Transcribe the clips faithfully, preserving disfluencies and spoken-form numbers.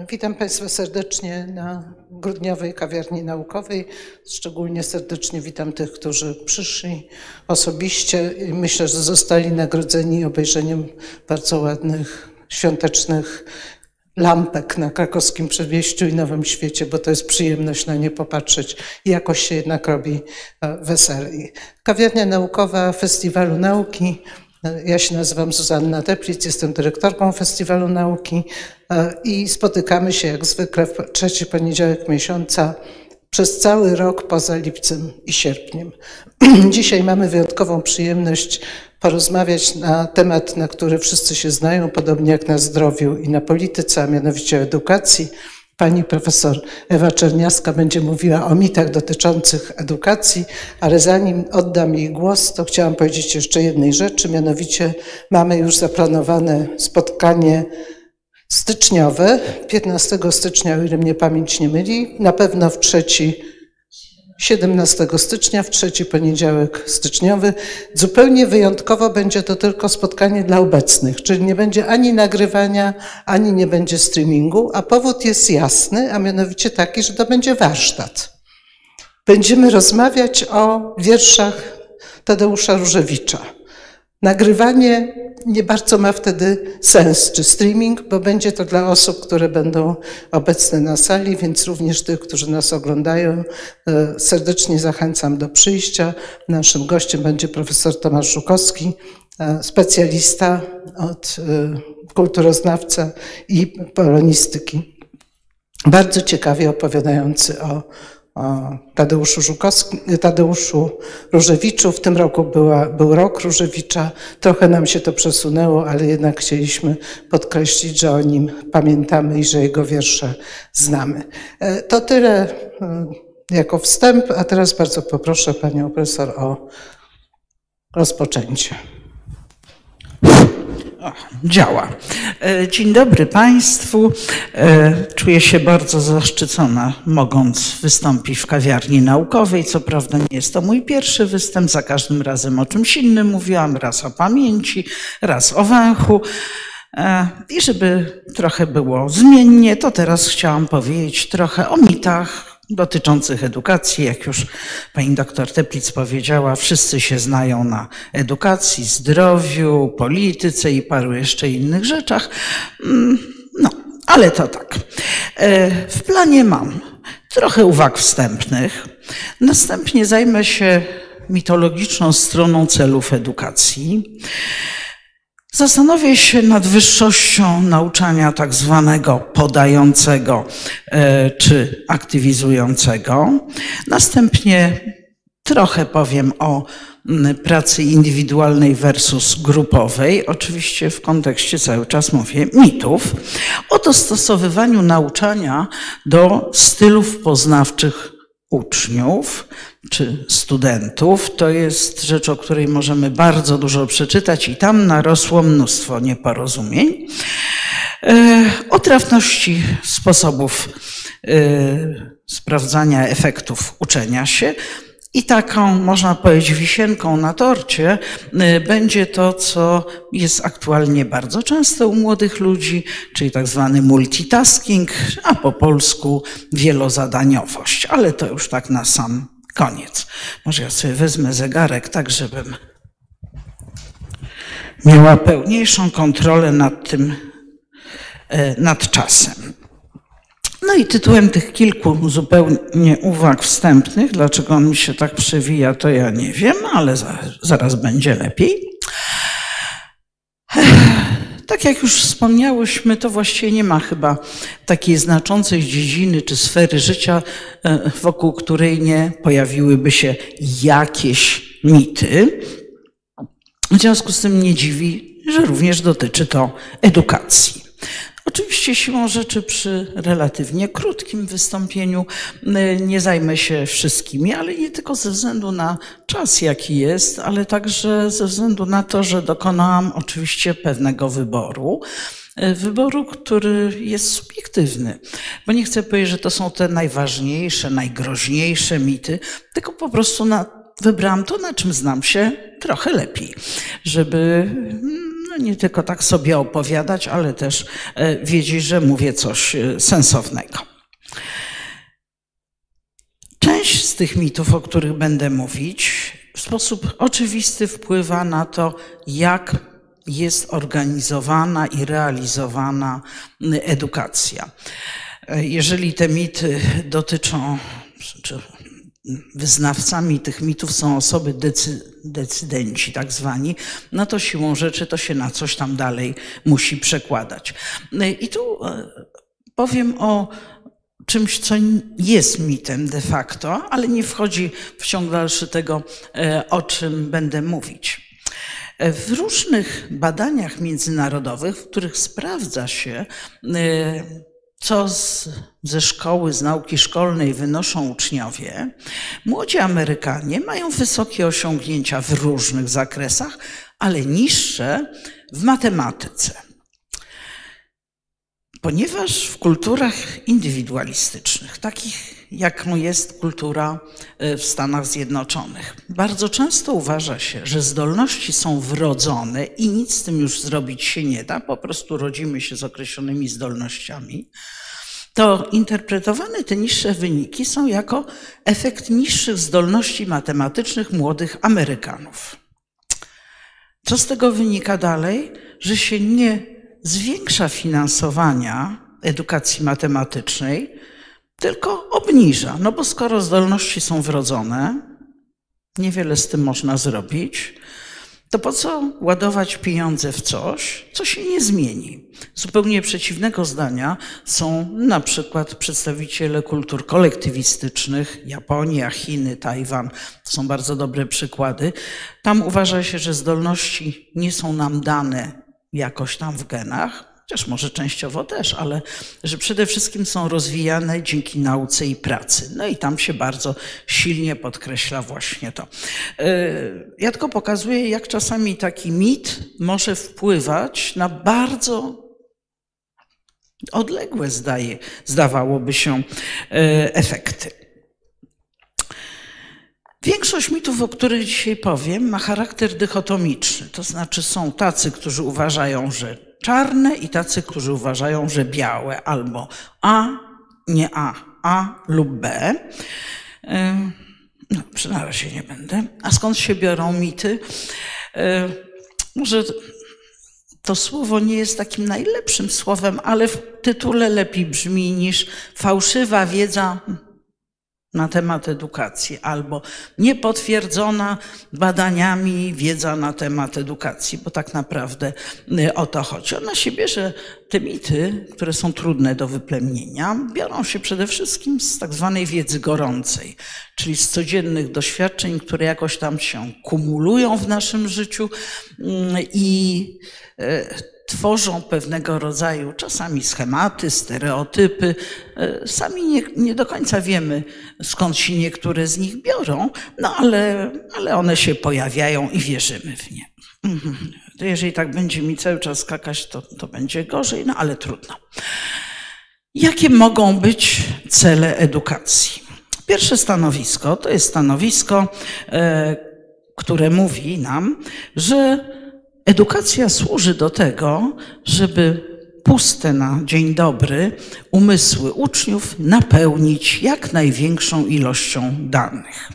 Witam Państwa serdecznie na grudniowej kawiarni naukowej. Szczególnie serdecznie witam tych, którzy przyszli osobiście i myślę, że zostali nagrodzeni obejrzeniem bardzo ładnych, świątecznych lampek na Krakowskim Przedmieściu i Nowym Świecie, bo to jest przyjemność na nie popatrzeć i jakoś się jednak robi weselej. Kawiarnia naukowa Festiwalu Nauki. Ja się nazywam Zuzanna Teplic, jestem dyrektorką Festiwalu Nauki i spotykamy się jak zwykle w trzeci poniedziałek miesiąca przez cały rok poza lipcem i sierpniem. Dzisiaj mamy wyjątkową przyjemność porozmawiać na temat, na który wszyscy się znają, podobnie jak na zdrowiu i na polityce, a mianowicie o edukacji. Pani profesor Ewa Czerniawska będzie mówiła o mitach dotyczących edukacji, ale zanim oddam jej głos, to chciałam powiedzieć jeszcze jednej rzeczy, mianowicie mamy już zaplanowane spotkanie styczniowe, piętnastego stycznia, o ile mnie pamięć nie myli, na pewno w trzeci, siedemnastego stycznia, w trzeci poniedziałek styczniowy. Zupełnie wyjątkowo będzie to tylko spotkanie dla obecnych, czyli nie będzie ani nagrywania, ani nie będzie streamingu, a powód jest jasny, a mianowicie taki, że to będzie warsztat. Będziemy rozmawiać o wierszach Tadeusza Różewicza. Nagrywanie nie bardzo ma wtedy sens, czy streaming, bo będzie to dla osób, które będą obecne na sali, więc również tych, którzy nas oglądają. Serdecznie zachęcam do przyjścia. Naszym gościem będzie profesor Tomasz Żukowski, specjalista od kulturoznawca i polonistyki. Bardzo ciekawie opowiadający o o Tadeuszu Żukowskim, Tadeuszu Różewiczu. W tym roku była, był rok Różewicza. Trochę nam się to przesunęło, ale jednak chcieliśmy podkreślić, że o nim pamiętamy i że jego wiersze znamy. To tyle jako wstęp, a teraz bardzo poproszę panią profesor o rozpoczęcie. O, działa. Dzień dobry Państwu. Czuję się bardzo zaszczycona, mogąc wystąpić w kawiarni naukowej. Co prawda nie jest to mój pierwszy występ, za każdym razem o czymś innym mówiłam, raz o pamięci, raz o węchu. I żeby trochę było zmiennie, to teraz chciałam powiedzieć trochę o mitach dotyczących edukacji. Jak już pani doktor Teplic powiedziała, wszyscy się znają na edukacji, zdrowiu, polityce i paru jeszcze innych rzeczach. No, ale to tak. W planie mam trochę uwag wstępnych. Następnie zajmę się mitologiczną stroną celów edukacji. Zastanowię się nad wyższością nauczania tak zwanego podającego czy aktywizującego. Następnie trochę powiem o pracy indywidualnej versus grupowej, oczywiście w kontekście cały czas mówię mitów, o dostosowywaniu nauczania do stylów poznawczych uczniów czy studentów. To jest rzecz, o której możemy bardzo dużo przeczytać i tam narosło mnóstwo nieporozumień. O trafności sposobów sprawdzania efektów uczenia się. I taką, można powiedzieć, wisienką na torcie będzie to, co jest aktualnie bardzo często u młodych ludzi, czyli tak zwany multitasking, a po polsku wielozadaniowość. Ale to już tak na sam koniec. Może ja sobie wezmę zegarek, tak żebym miała pełniejszą kontrolę nad tym, nad czasem. No i tytułem tych kilku zupełnie uwag wstępnych, dlaczego on mi się tak przewija, to ja nie wiem, ale zaraz będzie lepiej. Tak jak już wspomniałyśmy, to właściwie nie ma chyba takiej znaczącej dziedziny czy sfery życia, wokół której nie pojawiłyby się jakieś mity. W związku z tym nie dziwi, że również dotyczy to edukacji. Oczywiście siłą rzeczy przy relatywnie krótkim wystąpieniu nie zajmę się wszystkimi, ale nie tylko ze względu na czas, jaki jest, ale także ze względu na to, że dokonałam oczywiście pewnego wyboru. Wyboru, który jest subiektywny, bo nie chcę powiedzieć, że to są te najważniejsze, najgroźniejsze mity, tylko po prostu na, wybrałam to, na czym znam się trochę lepiej, żeby no nie tylko tak sobie opowiadać, ale też wiedzieć, że mówię coś sensownego. Część z tych mitów, o których będę mówić, w sposób oczywisty wpływa na to, jak jest organizowana i realizowana edukacja. Jeżeli te mity dotyczą, czy wyznawcami tych mitów są osoby decy, decydenci tak zwani, no to siłą rzeczy to się na coś tam dalej musi przekładać. I tu powiem o czymś, co jest mitem de facto, ale nie wchodzi w ciąg dalszy tego, o czym będę mówić. W różnych badaniach międzynarodowych, w których sprawdza się, co z, ze szkoły, z nauki szkolnej wynoszą uczniowie, młodzi Amerykanie mają wysokie osiągnięcia w różnych zakresach, ale niższe w matematyce. Ponieważ w kulturach indywidualistycznych, takich jaką jest kultura w Stanach Zjednoczonych, bardzo często uważa się, że zdolności są wrodzone i nic z tym już zrobić się nie da, po prostu rodzimy się z określonymi zdolnościami, to interpretowane te niższe wyniki są jako efekt niższych zdolności matematycznych młodych Amerykanów. Co z tego wynika dalej? Że się nie zwiększa finansowania edukacji matematycznej, tylko obniża. No bo skoro zdolności są wrodzone, niewiele z tym można zrobić, to po co ładować pieniądze w coś, co się nie zmieni? Zupełnie przeciwnego zdania są na przykład przedstawiciele kultur kolektywistycznych, Japonia, Chiny, Tajwan. To są bardzo dobre przykłady. Tam uważa się, że zdolności nie są nam dane jakoś tam w genach, chociaż może częściowo też, ale że przede wszystkim są rozwijane dzięki nauce i pracy. No i tam się bardzo silnie podkreśla właśnie to. Ja tylko pokazuję, jak czasami taki mit może wpływać na bardzo odległe, zdaje, zdawałoby się, efekty. Większość mitów, o których dzisiaj powiem, ma charakter dychotomiczny. To znaczy są tacy, którzy uważają, że czarne i tacy, którzy uważają, że białe, albo A, nie A, A lub B. No, przy na razie nie będę. A skąd się biorą mity? Może to słowo nie jest takim najlepszym słowem, ale w tytule lepiej brzmi niż fałszywa wiedza na temat edukacji, albo niepotwierdzona badaniami wiedza na temat edukacji, bo tak naprawdę o to chodzi. Ona się bierze, te mity, które są trudne do wyplemienia, biorą się przede wszystkim z tak zwanej wiedzy gorącej, czyli z codziennych doświadczeń, które jakoś tam się kumulują w naszym życiu i tworzą pewnego rodzaju czasami schematy, stereotypy. Sami nie, nie do końca wiemy, skąd się niektóre z nich biorą, no ale, ale one się pojawiają i wierzymy w nie. To jeżeli tak będzie mi cały czas skakać, to, to będzie gorzej, no ale trudno. Jakie mogą być cele edukacji? Pierwsze stanowisko to jest stanowisko, które mówi nam, że edukacja służy do tego, żeby puste na dzień dobry umysły uczniów napełnić jak największą ilością danych.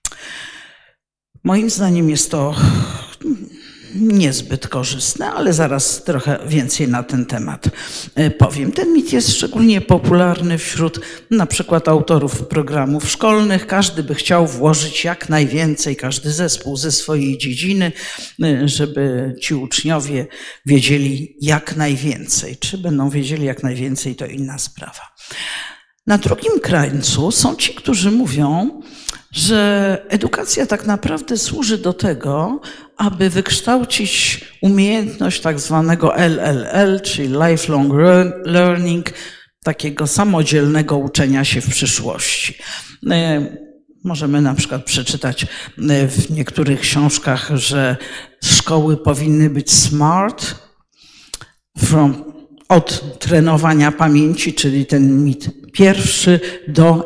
Moim zdaniem jest to niezbyt korzystne, ale zaraz trochę więcej na ten temat powiem. Ten mit jest szczególnie popularny wśród na przykład autorów programów szkolnych. Każdy by chciał włożyć jak najwięcej, każdy zespół ze swojej dziedziny, żeby ci uczniowie wiedzieli jak najwięcej. Czy będą wiedzieli jak najwięcej, to inna sprawa. Na drugim krańcu są ci, którzy mówią, że edukacja tak naprawdę służy do tego, aby wykształcić umiejętność tak zwanego L L L, czyli lifelong learning, takiego samodzielnego uczenia się w przyszłości. Możemy na przykład przeczytać w niektórych książkach, że szkoły powinny być smart, from, od trenowania pamięci, czyli ten mit pierwszy, do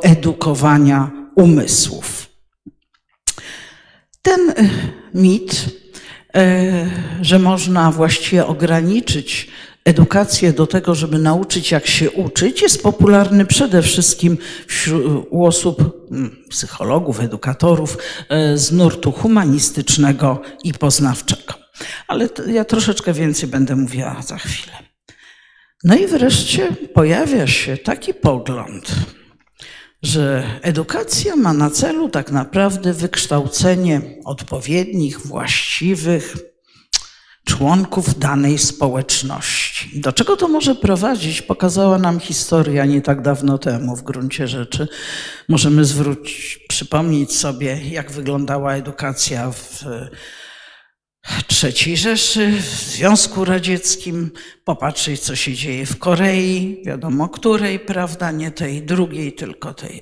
edukowania umysłów. Ten mit że można właściwie ograniczyć edukację do tego, żeby nauczyć, jak się uczyć, jest popularny przede wszystkim wśród, u osób, psychologów, edukatorów z nurtu humanistycznego i poznawczego. Ale to ja troszeczkę więcej będę mówiła za chwilę. No i wreszcie pojawia się taki pogląd, że edukacja ma na celu tak naprawdę wykształcenie odpowiednich, właściwych członków danej społeczności. Do czego to może prowadzić, pokazała nam historia nie tak dawno temu w gruncie rzeczy. Możemy zwrócić, przypomnieć sobie, jak wyglądała edukacja w trzeciej Rzeszy, w Związku Radzieckim, popatrzeć, co się dzieje w Korei, wiadomo której, prawda, nie tej drugiej, tylko tej.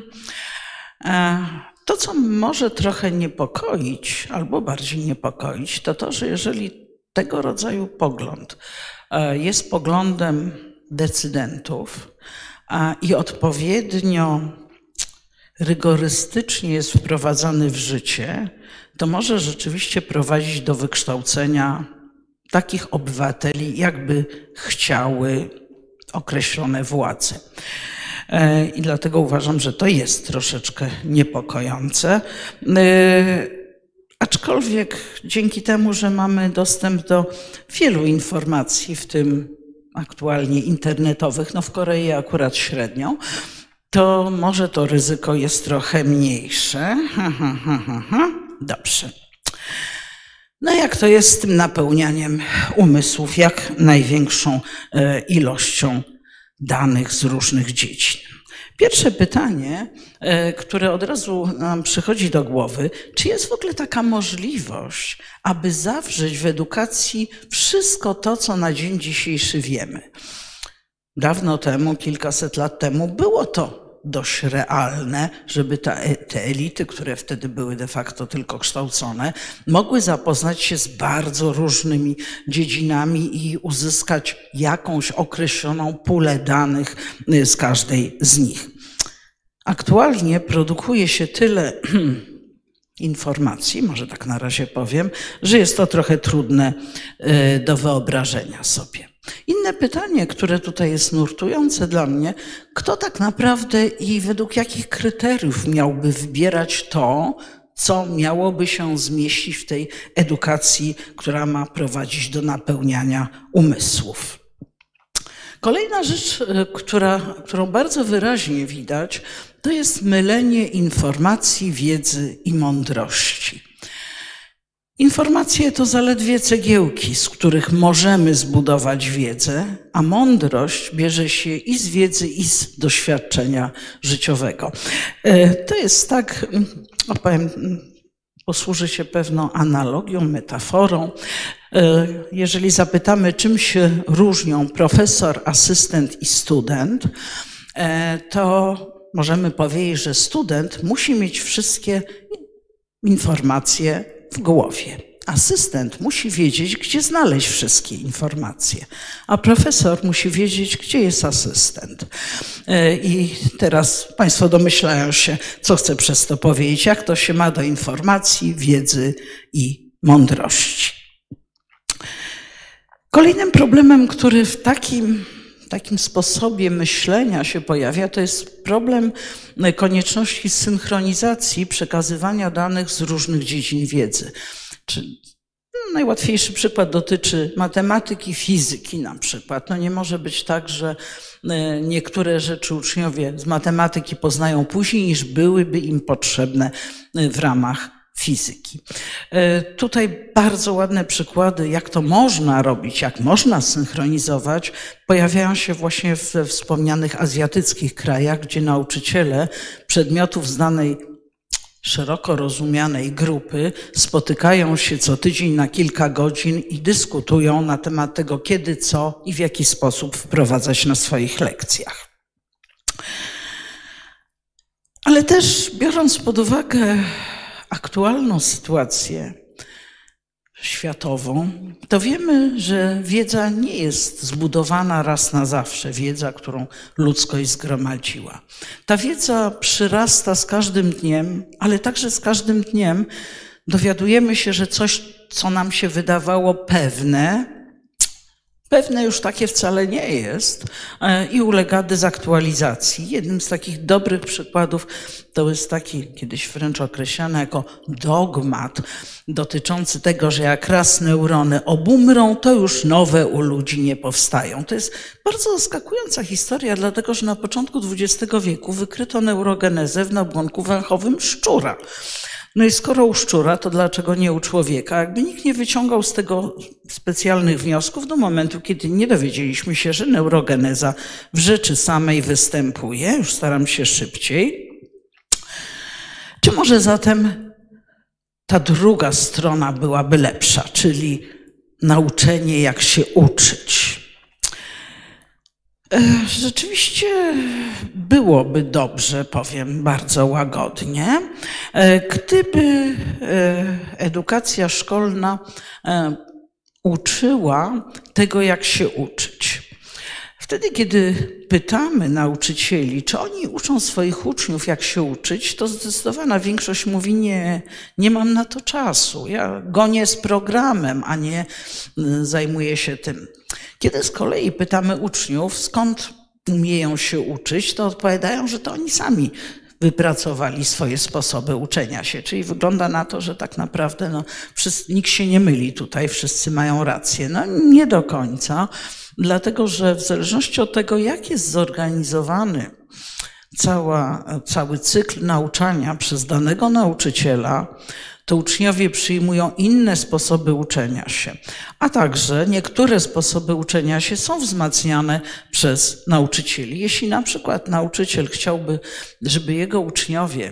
To, co może trochę niepokoić, albo bardziej niepokoić, to to, że jeżeli tego rodzaju pogląd jest poglądem decydentów i odpowiednio rygorystycznie jest wprowadzany w życie, to może rzeczywiście prowadzić do wykształcenia takich obywateli, jakby chciały określone władze. I dlatego uważam, że to jest troszeczkę niepokojące. Aczkolwiek dzięki temu, że mamy dostęp do wielu informacji, w tym aktualnie internetowych, no w Korei akurat średnio, to może to ryzyko jest trochę mniejsze. Ha, ha, ha, ha, ha. Dobrze. No jak to jest z tym napełnianiem umysłów, jak największą ilością danych z różnych dziedzin? Pierwsze pytanie, które od razu nam przychodzi do głowy, czy jest w ogóle taka możliwość, aby zawrzeć w edukacji wszystko to, co na dzień dzisiejszy wiemy? Dawno temu, kilkaset lat temu było to dość realne, żeby ta, te elity, które wtedy były de facto tylko kształcone, mogły zapoznać się z bardzo różnymi dziedzinami i uzyskać jakąś określoną pulę danych z każdej z nich. Aktualnie produkuje się tyle informacji, może tak na razie powiem, że jest to trochę trudne do wyobrażenia sobie. Inne pytanie, które tutaj jest nurtujące dla mnie, kto tak naprawdę i według jakich kryteriów miałby wybierać to, co miałoby się zmieścić w tej edukacji, która ma prowadzić do napełniania umysłów. Kolejna rzecz, która, którą bardzo wyraźnie widać, to jest mylenie informacji, wiedzy i mądrości. Informacje to zaledwie cegiełki, z których możemy zbudować wiedzę, a mądrość bierze się i z wiedzy, i z doświadczenia życiowego. To jest tak, opowiem, posłużę się pewną analogią, metaforą. Jeżeli zapytamy, czym się różnią profesor, asystent i student, to możemy powiedzieć, że student musi mieć wszystkie informacje w głowie. Asystent musi wiedzieć, gdzie znaleźć wszystkie informacje, a profesor musi wiedzieć, gdzie jest asystent. I teraz Państwo domyślają się, co chcę przez to powiedzieć, jak to się ma do informacji, wiedzy i mądrości. Kolejnym problemem, który w takim takim sposobie myślenia się pojawia, to jest problem konieczności synchronizacji przekazywania danych z różnych dziedzin wiedzy. Czy najłatwiejszy przykład dotyczy matematyki, fizyki na przykład. No nie może być tak, że niektóre rzeczy uczniowie z matematyki poznają później, niż byłyby im potrzebne w ramach fizyki. Tutaj bardzo ładne przykłady, jak to można robić, jak można synchronizować, pojawiają się właśnie we wspomnianych azjatyckich krajach, gdzie nauczyciele przedmiotów z danej szeroko rozumianej grupy spotykają się co tydzień na kilka godzin i dyskutują na temat tego, kiedy, co i w jaki sposób wprowadzać na swoich lekcjach. Ale też biorąc pod uwagę aktualną sytuację światową, to wiemy, że wiedza nie jest zbudowana raz na zawsze, wiedza, którą ludzkość zgromadziła. Ta wiedza przyrasta z każdym dniem, ale także z każdym dniem dowiadujemy się, że coś, co nam się wydawało pewne, pewne już takie wcale nie jest i ulega dezaktualizacji. Jednym z takich dobrych przykładów to jest taki, kiedyś wręcz określany jako dogmat dotyczący tego, że jak raz neurony obumrą, to już nowe u ludzi nie powstają. To jest bardzo zaskakująca historia, dlatego że na początku dwudziestego wieku wykryto neurogenezę w nabłonku węchowym szczura. No i skoro u szczura, to dlaczego nie u człowieka? Jakby nikt nie wyciągał z tego specjalnych wniosków do momentu, kiedy nie dowiedzieliśmy się, że neurogeneza w rzeczy samej występuje. Już staram się szybciej. Czy może zatem ta druga strona byłaby lepsza, czyli nauczenie, jak się uczyć? Rzeczywiście byłoby dobrze, powiem bardzo łagodnie, gdyby edukacja szkolna uczyła tego, jak się uczyć. Wtedy, kiedy pytamy nauczycieli, czy oni uczą swoich uczniów, jak się uczyć, to zdecydowana większość mówi nie, nie mam na to czasu. Ja gonię z programem, a nie zajmuję się tym. Kiedy z kolei pytamy uczniów, skąd umieją się uczyć, to odpowiadają, że to oni sami wypracowali swoje sposoby uczenia się. Czyli wygląda na to, że tak naprawdę no, wszyscy, nikt się nie myli tutaj, wszyscy mają rację. No nie do końca, dlatego że w zależności od tego, jak jest zorganizowany cała, cały cykl nauczania przez danego nauczyciela, to uczniowie przyjmują inne sposoby uczenia się, a także niektóre sposoby uczenia się są wzmacniane przez nauczycieli. Jeśli na przykład nauczyciel chciałby, żeby jego uczniowie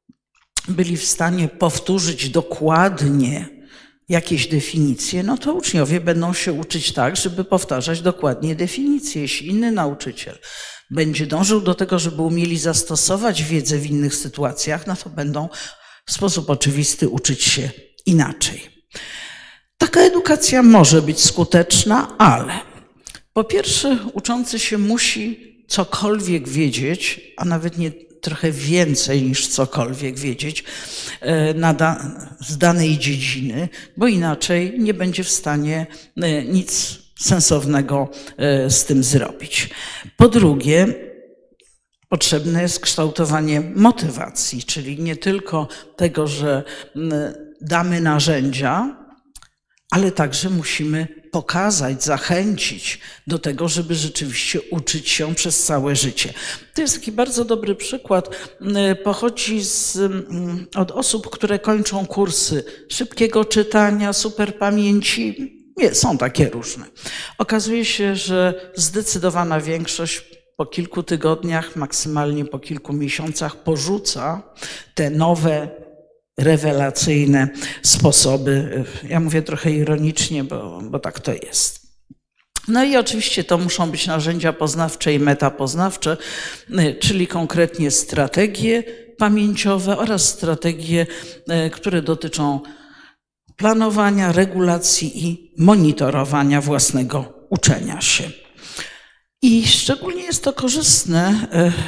byli w stanie powtórzyć dokładnie jakieś definicje, no to uczniowie będą się uczyć tak, żeby powtarzać dokładnie definicje. Jeśli inny nauczyciel będzie dążył do tego, żeby umieli zastosować wiedzę w innych sytuacjach, no to będą w sposób oczywisty uczyć się inaczej. Taka edukacja może być skuteczna, ale po pierwsze uczący się musi cokolwiek wiedzieć, a nawet nie trochę więcej niż cokolwiek wiedzieć na da, z danej dziedziny, bo inaczej nie będzie w stanie nic sensownego z tym zrobić. Po drugie, potrzebne jest kształtowanie motywacji, czyli nie tylko tego, że damy narzędzia, ale także musimy pokazać, zachęcić do tego, żeby rzeczywiście uczyć się przez całe życie. To jest taki bardzo dobry przykład. Pochodzi z, od osób, które kończą kursy szybkiego czytania, super pamięci. Nie, są takie różne. Okazuje się, że zdecydowana większość po kilku tygodniach, maksymalnie po kilku miesiącach porzuca te nowe, rewelacyjne sposoby. Ja mówię trochę ironicznie, bo, bo tak to jest. No i oczywiście to muszą być narzędzia poznawcze i metapoznawcze, czyli konkretnie strategie pamięciowe oraz strategie, które dotyczą planowania, regulacji i monitorowania własnego uczenia się. I szczególnie jest to korzystne,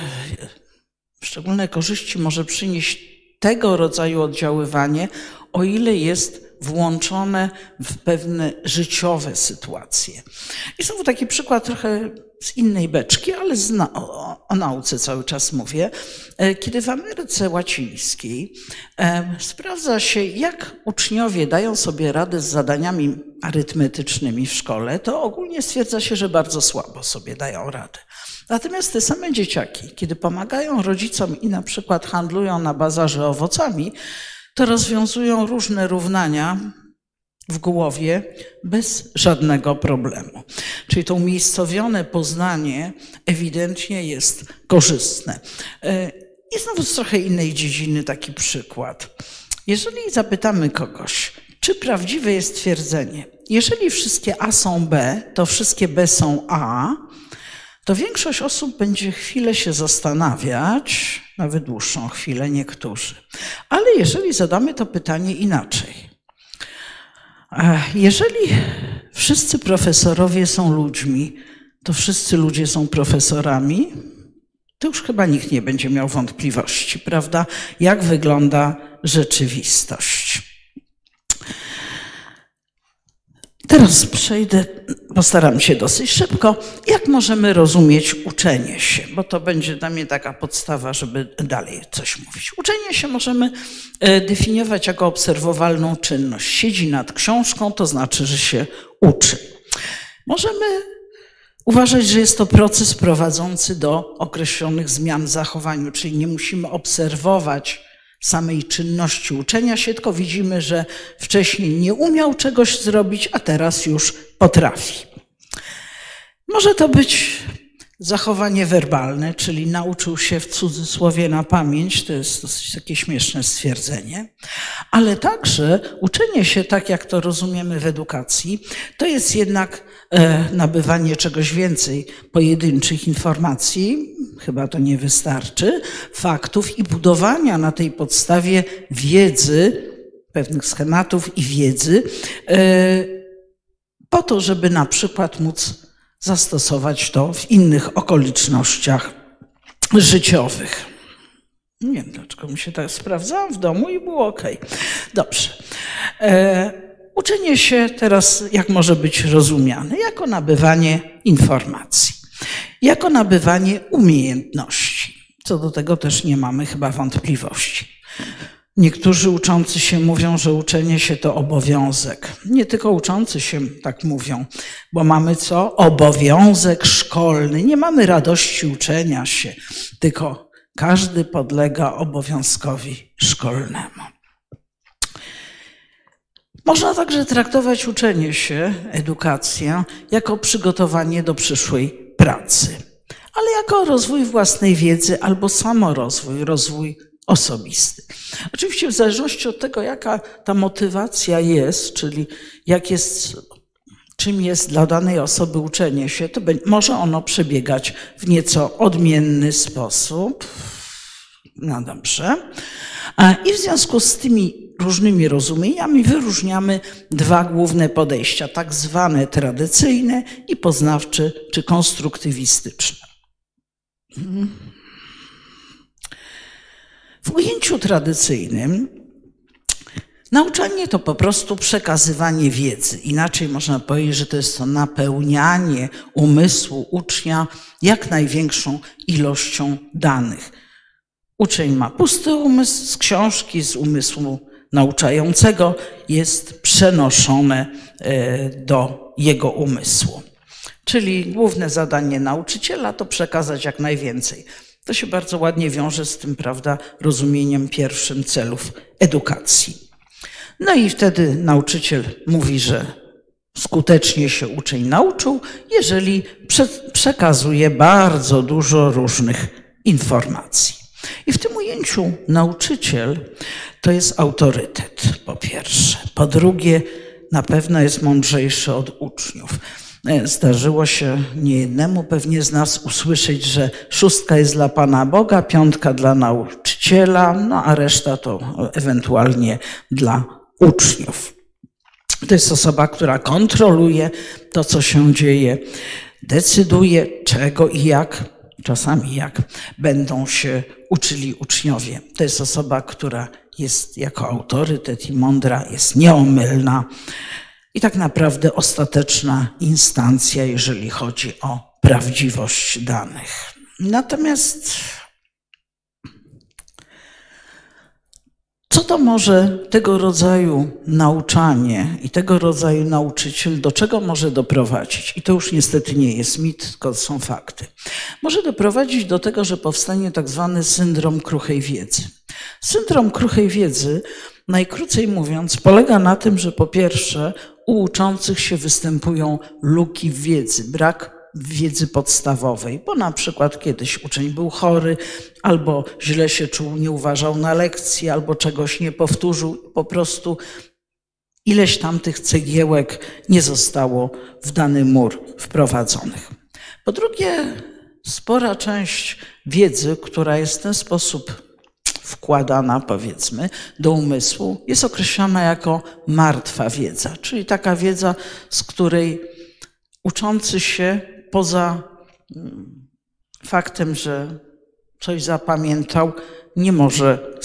szczególne korzyści może przynieść tego rodzaju oddziaływanie, o ile jest włączone w pewne życiowe sytuacje. I znowu taki przykład trochę z innej beczki, ale zna, o, o nauce cały czas mówię. Kiedy w Ameryce Łacińskiej e, sprawdza się, jak uczniowie dają sobie radę z zadaniami arytmetycznymi w szkole, to ogólnie stwierdza się, że bardzo słabo sobie dają radę. Natomiast te same dzieciaki, kiedy pomagają rodzicom i na przykład handlują na bazarze owocami, to rozwiązują różne równania w głowie bez żadnego problemu. Czyli to umiejscowione poznanie ewidentnie jest korzystne. I znowu z trochę innej dziedziny taki przykład. Jeżeli zapytamy kogoś, czy prawdziwe jest twierdzenie, jeżeli wszystkie A są B, to wszystkie B są A, to większość osób będzie chwilę się zastanawiać, nawet dłuższą chwilę niektórzy. Ale jeżeli zadamy to pytanie inaczej, jeżeli wszyscy profesorowie są ludźmi, to wszyscy ludzie są profesorami, to już chyba nikt nie będzie miał wątpliwości, prawda, jak wygląda rzeczywistość. Teraz przejdę, postaram się dosyć szybko, jak możemy rozumieć uczenie się, bo to będzie dla mnie taka podstawa, żeby dalej coś mówić. Uczenie się możemy definiować jako obserwowalną czynność. Siedzi nad książką, to znaczy, że się uczy. Możemy uważać, że jest to proces prowadzący do określonych zmian w zachowaniu, czyli nie musimy obserwować samej czynności uczenia się, tylko widzimy, że wcześniej nie umiał czegoś zrobić, a teraz już potrafi. Może to być zachowanie werbalne, czyli nauczył się w cudzysłowie na pamięć, to jest dosyć takie śmieszne stwierdzenie, ale także uczenie się, tak jak to rozumiemy w edukacji, to jest jednak e, nabywanie czegoś więcej, pojedynczych informacji, chyba to nie wystarczy, faktów i budowania na tej podstawie wiedzy, pewnych schematów i wiedzy, e, po to, żeby na przykład móc zastosować to w innych okolicznościach życiowych. Nie wiem, dlaczego mi się tak sprawdzałam w domu i było ok. Dobrze. E, uczenie się teraz jak może być rozumiane? Jako nabywanie informacji, jako nabywanie umiejętności. Co do tego też nie mamy chyba wątpliwości. Niektórzy uczący się mówią, że uczenie się to obowiązek. Nie tylko uczący się tak mówią, bo mamy co? Obowiązek szkolny. Nie mamy radości uczenia się, tylko każdy podlega obowiązkowi szkolnemu. Można także traktować uczenie się, edukację, jako przygotowanie do przyszłej pracy, ale jako rozwój własnej wiedzy albo samorozwój, rozwój osobisty. Oczywiście w zależności od tego, jaka ta motywacja jest, czyli jak jest, czym jest dla danej osoby uczenie się, to może ono przebiegać w nieco odmienny sposób. No dobrze. I w związku z tymi różnymi rozumieniami wyróżniamy dwa główne podejścia, tak zwane tradycyjne i poznawcze czy konstruktywistyczne. W ujęciu tradycyjnym nauczanie to po prostu przekazywanie wiedzy. Inaczej można powiedzieć, że to jest to napełnianie umysłu ucznia jak największą ilością danych. Uczeń ma pusty umysł, z książki, z umysłu nauczającego jest przenoszone do jego umysłu. Czyli główne zadanie nauczyciela to przekazać jak najwięcej. To się bardzo ładnie wiąże z tym, prawda, rozumieniem pierwszym celów edukacji. No i wtedy nauczyciel mówi, że skutecznie się uczeń nauczył, jeżeli przekazuje bardzo dużo różnych informacji. I w tym ujęciu nauczyciel to jest autorytet, po pierwsze. Po drugie, na pewno jest mądrzejszy od uczniów. Zdarzyło się niejednemu pewnie z nas usłyszeć, że szóstka jest dla Pana Boga, piątka dla nauczyciela, no a reszta to ewentualnie dla uczniów. To jest osoba, która kontroluje to, co się dzieje, decyduje czego i jak, czasami jak będą się uczyli uczniowie. To jest osoba, która jest jako autorytet i mądra, jest nieomylna. I tak naprawdę ostateczna instancja, jeżeli chodzi o prawdziwość danych. Natomiast co to może tego rodzaju nauczanie i tego rodzaju nauczyciel, do czego może doprowadzić? I to już niestety nie jest mit, tylko są fakty. Może doprowadzić do tego, że powstanie tak zwany syndrom kruchej wiedzy. Syndrom kruchej wiedzy, najkrócej mówiąc, polega na tym, że po pierwsze u uczących się występują luki w wiedzy, brak wiedzy podstawowej, bo na przykład kiedyś uczeń był chory, albo źle się czuł, nie uważał na lekcji, albo czegoś nie powtórzył, po prostu ileś tam tych cegiełek nie zostało w dany mur wprowadzonych. Po drugie, spora część wiedzy, która jest w ten sposób wkładana, powiedzmy, do umysłu, jest określana jako martwa wiedza, czyli taka wiedza, z której uczący się poza faktem, że coś zapamiętał, nie może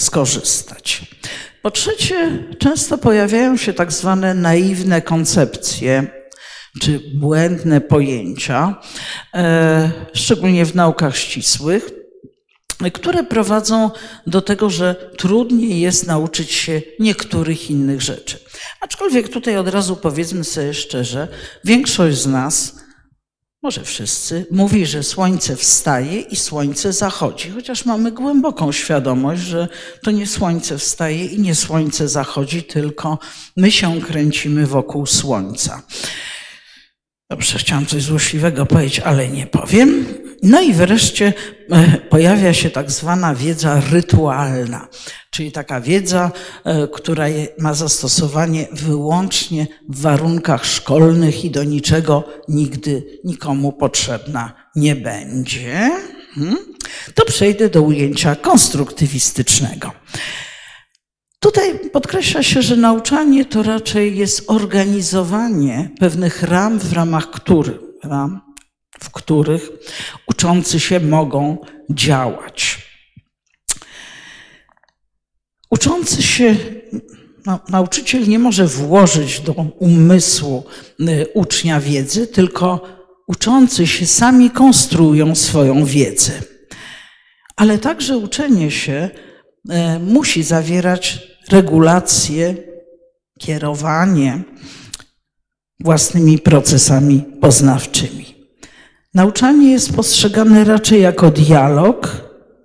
skorzystać. Po trzecie, często pojawiają się tak zwane naiwne koncepcje czy błędne pojęcia, szczególnie w naukach ścisłych, które prowadzą do tego, że trudniej jest nauczyć się niektórych innych rzeczy. Aczkolwiek tutaj od razu powiedzmy sobie szczerze, większość z nas, może wszyscy, mówi, że słońce wstaje i słońce zachodzi, chociaż mamy głęboką świadomość, że to nie słońce wstaje i nie słońce zachodzi, tylko my się kręcimy wokół słońca. Dobrze, chciałam coś złośliwego powiedzieć, ale nie powiem. No i wreszcie pojawia się tak zwana wiedza rytualna, czyli taka wiedza, która ma zastosowanie wyłącznie w warunkach szkolnych i do niczego nigdy nikomu potrzebna nie będzie. To przejdę do ujęcia konstruktywistycznego. Tutaj podkreśla się, że nauczanie to raczej jest organizowanie pewnych ram, w ramach których, ram, w których uczący się mogą działać. Uczący się, no, nauczyciel nie może włożyć do umysłu ucznia wiedzy, tylko uczący się sami konstruują swoją wiedzę. Ale także uczenie się musi zawierać regulacje, kierowanie własnymi procesami poznawczymi. Nauczanie jest postrzegane raczej jako dialog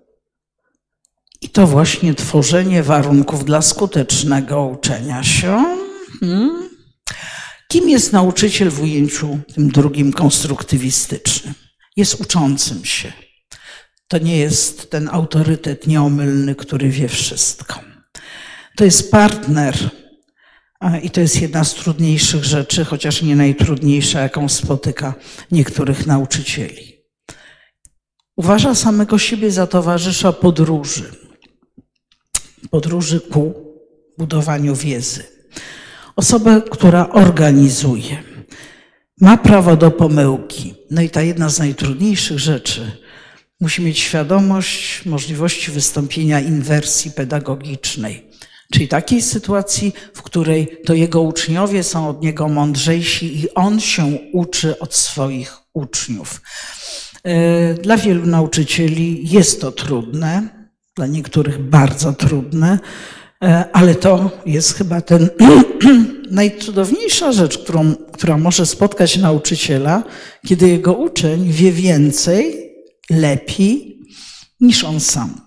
i to właśnie tworzenie warunków dla skutecznego uczenia się. Hmm. Kim jest nauczyciel w ujęciu tym drugim konstruktywistycznym? Jest uczącym się. To nie jest ten autorytet nieomylny, który wie wszystko. To jest partner i to jest jedna z trudniejszych rzeczy, chociaż nie najtrudniejsza, jaką spotyka niektórych nauczycieli. Uważa samego siebie za towarzysza podróży. Podróży ku budowaniu wiedzy. Osobę, która organizuje. Ma prawo do pomyłki. No i ta jedna z najtrudniejszych rzeczy. Musi mieć świadomość możliwości wystąpienia inwersji pedagogicznej, czyli takiej sytuacji, w której to jego uczniowie są od niego mądrzejsi i on się uczy od swoich uczniów. Dla wielu nauczycieli jest to trudne, dla niektórych bardzo trudne, ale to jest chyba ten najcudowniejsza rzecz, którą, która może spotkać nauczyciela, kiedy jego uczeń wie więcej, lepiej niż on sam.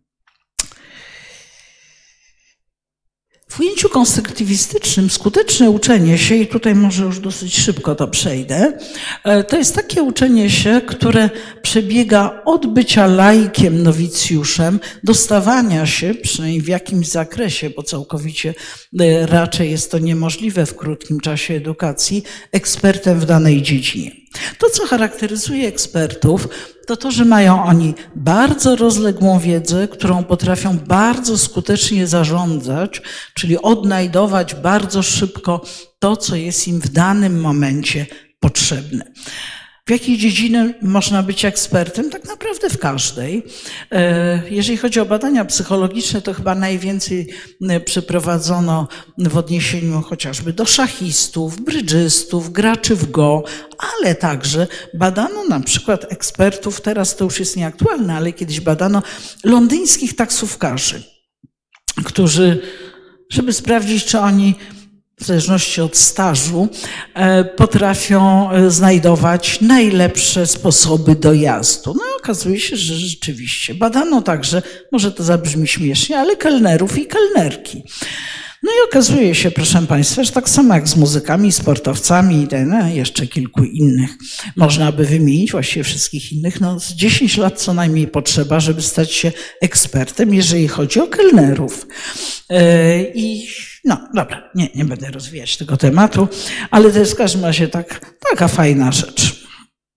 W ujęciu konstruktywistycznym skuteczne uczenie się, i tutaj może już dosyć szybko to przejdę, to jest takie uczenie się, które przebiega od bycia laikiem, nowicjuszem, do stawania się, przynajmniej w jakimś zakresie, bo całkowicie raczej jest to niemożliwe w krótkim czasie edukacji, ekspertem w danej dziedzinie. To, co charakteryzuje ekspertów, to to, że mają oni bardzo rozległą wiedzę, którą potrafią bardzo skutecznie zarządzać, czyli odnajdować bardzo szybko to, co jest im w danym momencie potrzebne. W jakiej dziedzinie można być ekspertem? Tak naprawdę w każdej. Jeżeli chodzi o badania psychologiczne, to chyba najwięcej przeprowadzono w odniesieniu chociażby do szachistów, brydżystów, graczy w go, ale także badano na przykład ekspertów, teraz to już jest nieaktualne, ale kiedyś badano londyńskich taksówkarzy, którzy, żeby sprawdzić, czy oni w zależności od stażu, potrafią znajdować najlepsze sposoby dojazdu. No i okazuje się, że rzeczywiście badano także, może to zabrzmi śmiesznie, ale kelnerów i kelnerki. No i okazuje się, proszę Państwa, że tak samo jak z muzykami, sportowcami i no, jeszcze kilku innych, można by wymienić właściwie wszystkich innych, no z dziesięć lat co najmniej potrzeba, żeby stać się ekspertem, jeżeli chodzi o kelnerów. I no dobra, nie, nie będę rozwijać tego tematu, ale to jest w każdym razie tak, taka fajna rzecz.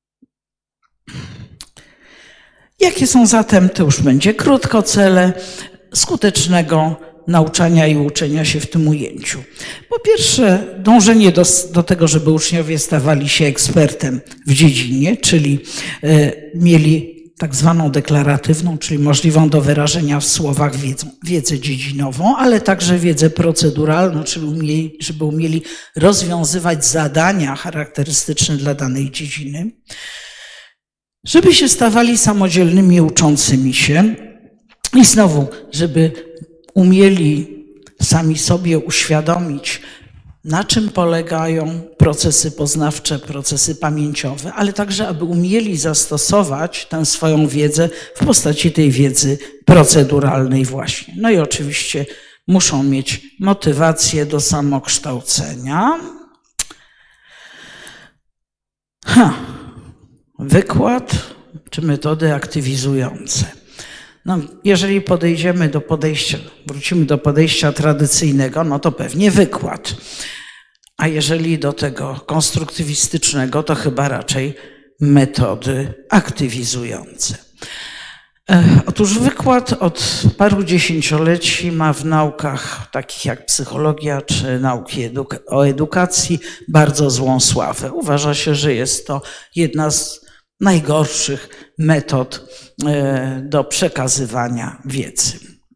Jakie są zatem, to już będzie krótko, cele skutecznego nauczania i uczenia się w tym ujęciu? Po pierwsze, dążenie do, do tego, żeby uczniowie stawali się ekspertem w dziedzinie, czyli y, mieli tak zwaną deklaratywną, czyli możliwą do wyrażenia w słowach wiedzą, wiedzę dziedzinową, ale także wiedzę proceduralną, czyli umieli, żeby umieli rozwiązywać zadania charakterystyczne dla danej dziedziny, żeby się stawali samodzielnymi uczącymi się i znowu, żeby umieli sami sobie uświadomić, na czym polegają procesy poznawcze, procesy pamięciowe, ale także, aby umieli zastosować tę swoją wiedzę w postaci tej wiedzy proceduralnej właśnie. No i oczywiście muszą mieć motywację do samokształcenia. Ha. Wykład czy metody aktywizujące. No, jeżeli podejdziemy do podejścia, wrócimy do podejścia tradycyjnego, no to pewnie wykład. A jeżeli do tego konstruktywistycznego, to chyba raczej metody aktywizujące. Otóż wykład od paru dziesięcioleci ma w naukach takich jak psychologia czy nauki eduk- o edukacji bardzo złą sławę. Uważa się, że jest to jedna z najgorszych metod do przekazywania wiedzy.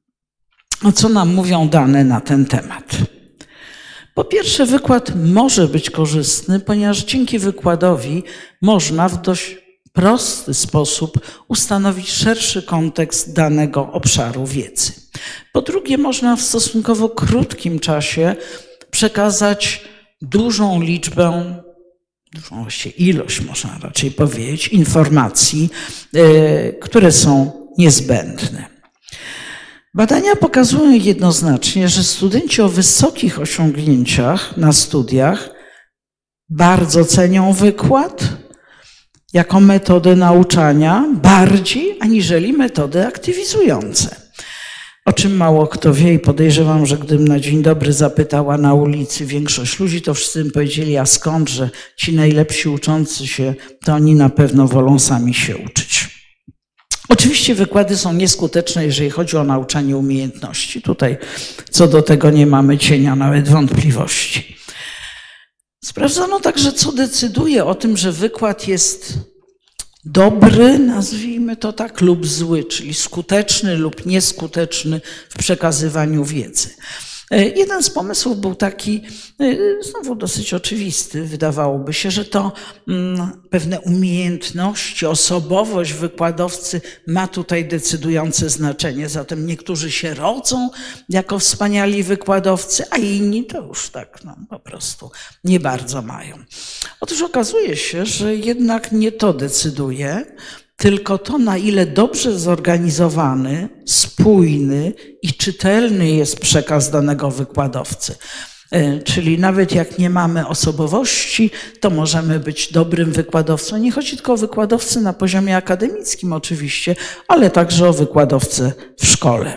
O co nam mówią dane na ten temat? Po pierwsze, wykład może być korzystny, ponieważ dzięki wykładowi można w dość prosty sposób ustanowić szerszy kontekst danego obszaru wiedzy. Po drugie, można w stosunkowo krótkim czasie przekazać dużą liczbę, dużą właściwie ilość, można raczej powiedzieć, informacji, yy, które są niezbędne. Badania pokazują jednoznacznie, że studenci o wysokich osiągnięciach na studiach bardzo cenią wykład jako metodę nauczania bardziej aniżeli metody aktywizujące. O czym mało kto wie i podejrzewam, że gdybym na dzień dobry zapytała na ulicy większość ludzi, to wszyscy bym powiedzieli, a skąd, że ci najlepsi uczący się, to oni na pewno wolą sami się uczyć. Oczywiście wykłady są nieskuteczne, jeżeli chodzi o nauczanie umiejętności. Tutaj co do tego nie mamy cienia nawet wątpliwości. Sprawdzono także, co decyduje o tym, że wykład jest dobry, nazwijmy to tak, lub zły, czyli skuteczny lub nieskuteczny w przekazywaniu wiedzy. Jeden z pomysłów był taki, znowu dosyć oczywisty, wydawałoby się, że to pewne umiejętności, osobowość wykładowcy ma tutaj decydujące znaczenie. Zatem niektórzy się rodzą jako wspaniali wykładowcy, a inni to już tak no, po prostu nie bardzo mają. Otóż okazuje się, że jednak nie to decyduje, tylko to, na ile dobrze zorganizowany, spójny i czytelny jest przekaz danego wykładowcy. Czyli nawet jak nie mamy osobowości, to możemy być dobrym wykładowcą. Nie chodzi tylko o wykładowcę na poziomie akademickim oczywiście, ale także o wykładowcę w szkole.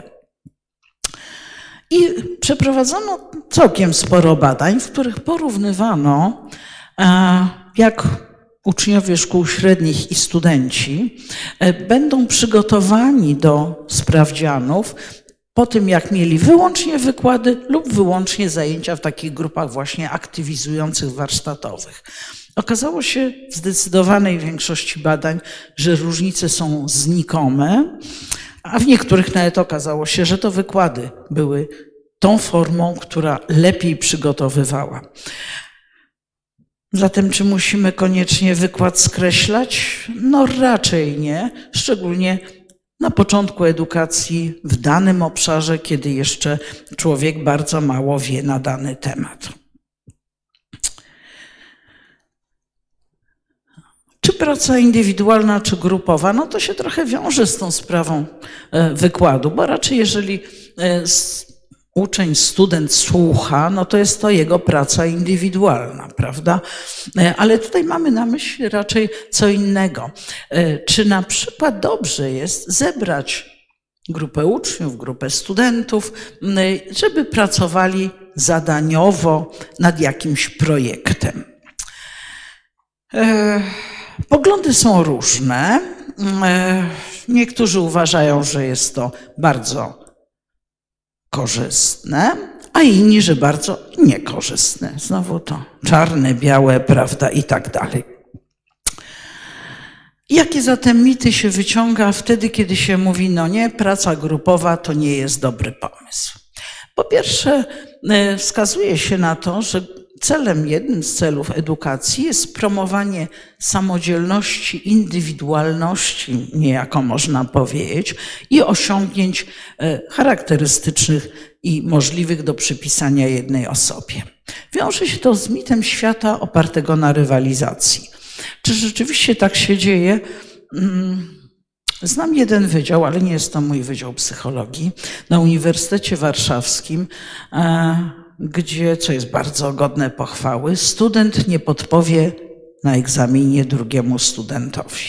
I przeprowadzono całkiem sporo badań, w których porównywano, jak uczniowie szkół średnich i studenci będą przygotowani do sprawdzianów po tym, jak mieli wyłącznie wykłady lub wyłącznie zajęcia w takich grupach właśnie aktywizujących, warsztatowych. Okazało się w zdecydowanej większości badań, że różnice są znikome, a w niektórych nawet okazało się, że to wykłady były tą formą, która lepiej przygotowywała. Zatem czy musimy koniecznie wykład skreślać? No raczej nie, szczególnie na początku edukacji w danym obszarze, kiedy jeszcze człowiek bardzo mało wie na dany temat. Czy praca indywidualna, czy grupowa? No to się trochę wiąże z tą sprawą wykładu, bo raczej jeżeli uczeń, student słucha, no to jest to jego praca indywidualna, prawda? Ale tutaj mamy na myśli raczej co innego. Czy na przykład dobrze jest zebrać grupę uczniów, grupę studentów, żeby pracowali zadaniowo nad jakimś projektem? Poglądy są różne. Niektórzy uważają, że jest to bardzo korzystne, a inni, że bardzo niekorzystne. Znowu to czarne, białe, prawda, i tak dalej. Jakie zatem mity się wyciąga wtedy, kiedy się mówi, no nie, praca grupowa to nie jest dobry pomysł? Po pierwsze, wskazuje się na to, że celem, jednym z celów edukacji jest promowanie samodzielności, indywidualności, niejako można powiedzieć, i osiągnięć charakterystycznych i możliwych do przypisania jednej osobie. Wiąże się to z mitem świata opartego na rywalizacji. Czy rzeczywiście tak się dzieje? Znam jeden wydział, ale nie jest to mój wydział psychologii, na Uniwersytecie Warszawskim, gdzie, co jest bardzo godne pochwały, student nie podpowie na egzaminie drugiemu studentowi.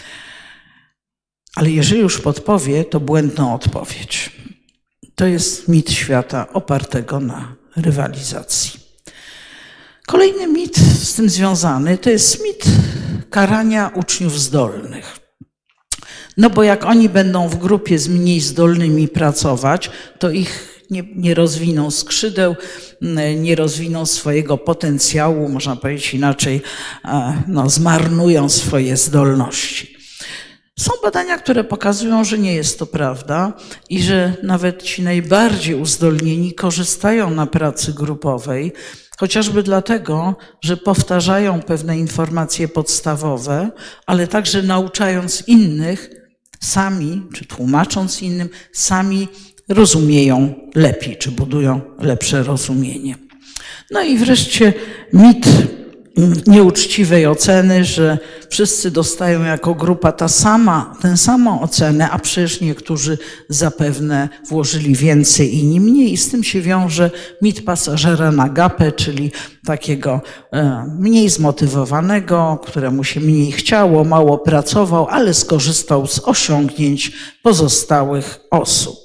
Ale jeżeli już podpowie, to błędną odpowiedź. To jest mit świata opartego na rywalizacji. Kolejny mit z tym związany to jest mit karania uczniów zdolnych. No bo jak oni będą w grupie z mniej zdolnymi pracować, to ich nie, nie rozwiną skrzydeł, nie rozwiną swojego potencjału, można powiedzieć inaczej, no, zmarnują swoje zdolności. Są badania, które pokazują, że nie jest to prawda i że nawet ci najbardziej uzdolnieni korzystają na pracy grupowej, chociażby dlatego, że powtarzają pewne informacje podstawowe, ale także nauczając innych, sami, czy tłumacząc innym, sami rozumieją lepiej, czy budują lepsze rozumienie. No i wreszcie mit nieuczciwej oceny, że wszyscy dostają jako grupa ta sama, tę samą ocenę, a przecież niektórzy zapewne włożyli więcej, inni mniej. I z tym się wiąże mit pasażera na gapę, czyli takiego mniej zmotywowanego, któremu się mniej chciało, mało pracował, ale skorzystał z osiągnięć pozostałych osób.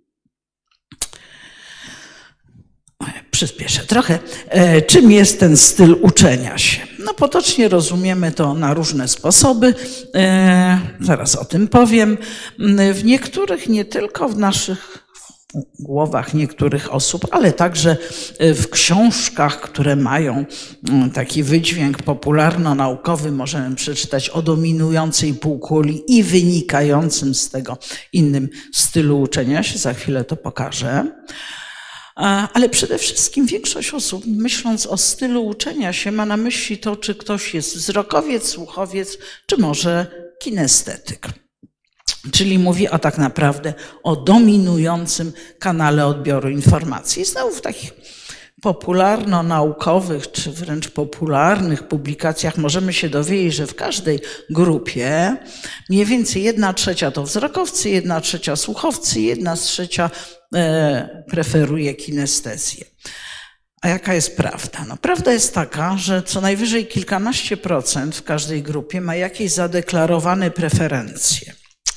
Przyspieszę trochę. Czym jest ten styl uczenia się? No potocznie rozumiemy to na różne sposoby. Zaraz o tym powiem. W niektórych, nie tylko w naszych głowach niektórych osób, ale także w książkach, które mają taki wydźwięk popularno-naukowy, możemy przeczytać o dominującej półkuli i wynikającym z tego innym stylu uczenia się. Za chwilę to pokażę. Ale przede wszystkim większość osób, myśląc o stylu uczenia się, ma na myśli to, czy ktoś jest wzrokowiec, słuchowiec, czy może kinestetyk. Czyli mówi o tak naprawdę o dominującym kanale odbioru informacji. I znowu w takich popularno-naukowych, czy wręcz popularnych publikacjach możemy się dowiedzieć, że w każdej grupie mniej więcej jedna trzecia to wzrokowcy, jedna trzecia słuchowcy, jedna trzecia e, preferuje kinestezję. A jaka jest prawda? No, prawda jest taka, że co najwyżej kilkanaście procent w każdej grupie ma jakieś zadeklarowane preferencje.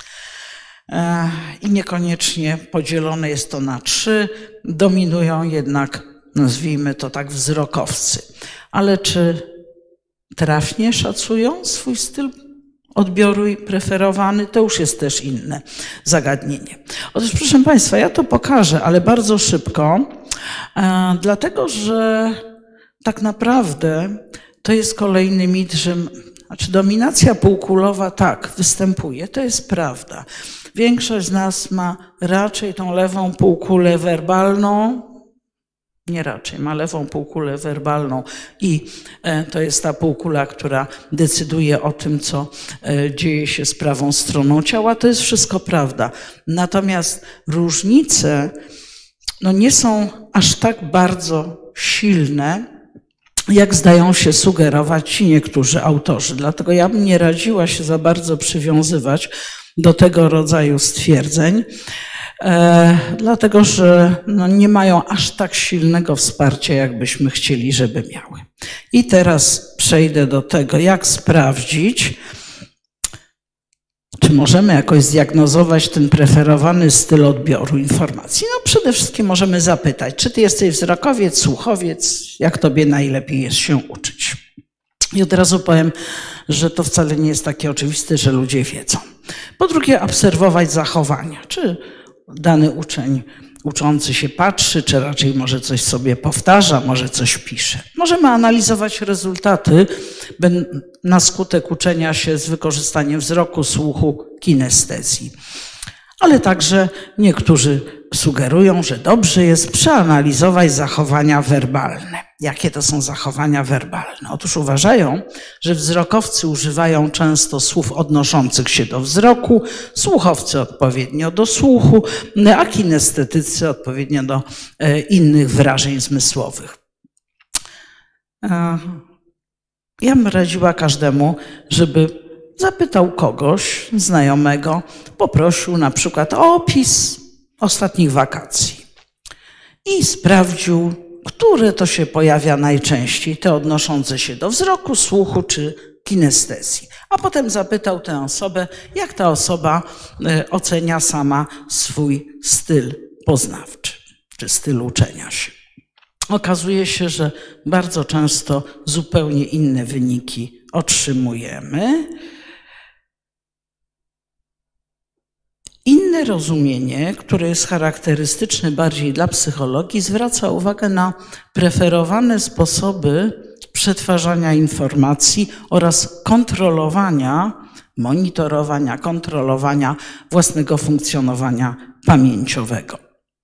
E, I niekoniecznie podzielone jest to na trzy, dominują jednak, nazwijmy to tak, wzrokowcy. Ale czy trafnie szacują swój styl odbioru i preferowany, to już jest też inne zagadnienie. Otóż proszę Państwa, ja to pokażę, ale bardzo szybko, e, dlatego że tak naprawdę to jest kolejny mit, że znaczy dominacja półkulowa tak występuje, to jest prawda. Większość z nas ma raczej tą lewą półkulę werbalną, nie raczej, ma lewą półkulę werbalną i to jest ta półkula, która decyduje o tym, co dzieje się z prawą stroną ciała. To jest wszystko prawda. Natomiast różnice no, nie są aż tak bardzo silne, jak zdają się sugerować ci niektórzy autorzy. Dlatego ja bym nie radziła się za bardzo przywiązywać do tego rodzaju stwierdzeń. E, dlatego, że no, nie mają aż tak silnego wsparcia, jakbyśmy chcieli, żeby miały. I teraz przejdę do tego, jak sprawdzić, czy możemy jakoś zdiagnozować ten preferowany styl odbioru informacji. No przede wszystkim możemy zapytać, czy ty jesteś wzrokowiec, słuchowiec, jak tobie najlepiej jest się uczyć. I od razu powiem, że to wcale nie jest takie oczywiste, że ludzie wiedzą. Po drugie, obserwować zachowania, czy dany uczeń, uczący się patrzy, czy raczej może coś sobie powtarza, może coś pisze. Możemy analizować rezultaty na skutek uczenia się z wykorzystaniem wzroku, słuchu, kinestezji. Ale także niektórzy sugerują, że dobrze jest przeanalizować zachowania werbalne. Jakie to są zachowania werbalne? Otóż uważają, że wzrokowcy używają często słów odnoszących się do wzroku, słuchowcy odpowiednio do słuchu, a kinestetycy odpowiednio do innych wrażeń zmysłowych. Ja bym radziła każdemu, żeby zapytał kogoś znajomego, poprosił na przykład o opis ostatnich wakacji i sprawdził, które to się pojawia najczęściej, te odnoszące się do wzroku, słuchu czy kinestezji. A potem zapytał tę osobę, jak ta osoba ocenia sama swój styl poznawczy, czy styl uczenia się. Okazuje się, że bardzo często zupełnie inne wyniki otrzymujemy. Inne rozumienie, które jest charakterystyczne bardziej dla psychologii, zwraca uwagę na preferowane sposoby przetwarzania informacji oraz kontrolowania, monitorowania, kontrolowania własnego funkcjonowania pamięciowego.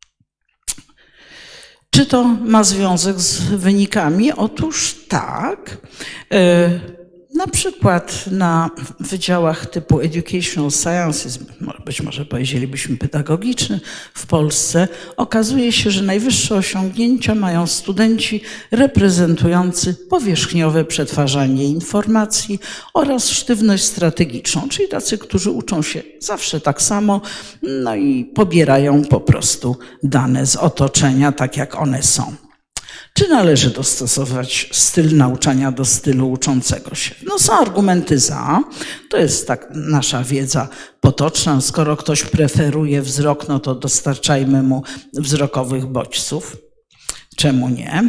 Czy to ma związek z wynikami? Otóż tak. Na przykład na wydziałach typu Educational Sciences, być może powiedzielibyśmy pedagogiczny w Polsce, okazuje się, że najwyższe osiągnięcia mają studenci reprezentujący powierzchniowe przetwarzanie informacji oraz sztywność strategiczną, czyli tacy, którzy uczą się zawsze tak samo, no i pobierają po prostu dane z otoczenia tak, jak one są. Czy należy dostosować styl nauczania do stylu uczącego się? No są argumenty za, to jest tak nasza wiedza potoczna. Skoro ktoś preferuje wzrok, no to dostarczajmy mu wzrokowych bodźców. Czemu nie?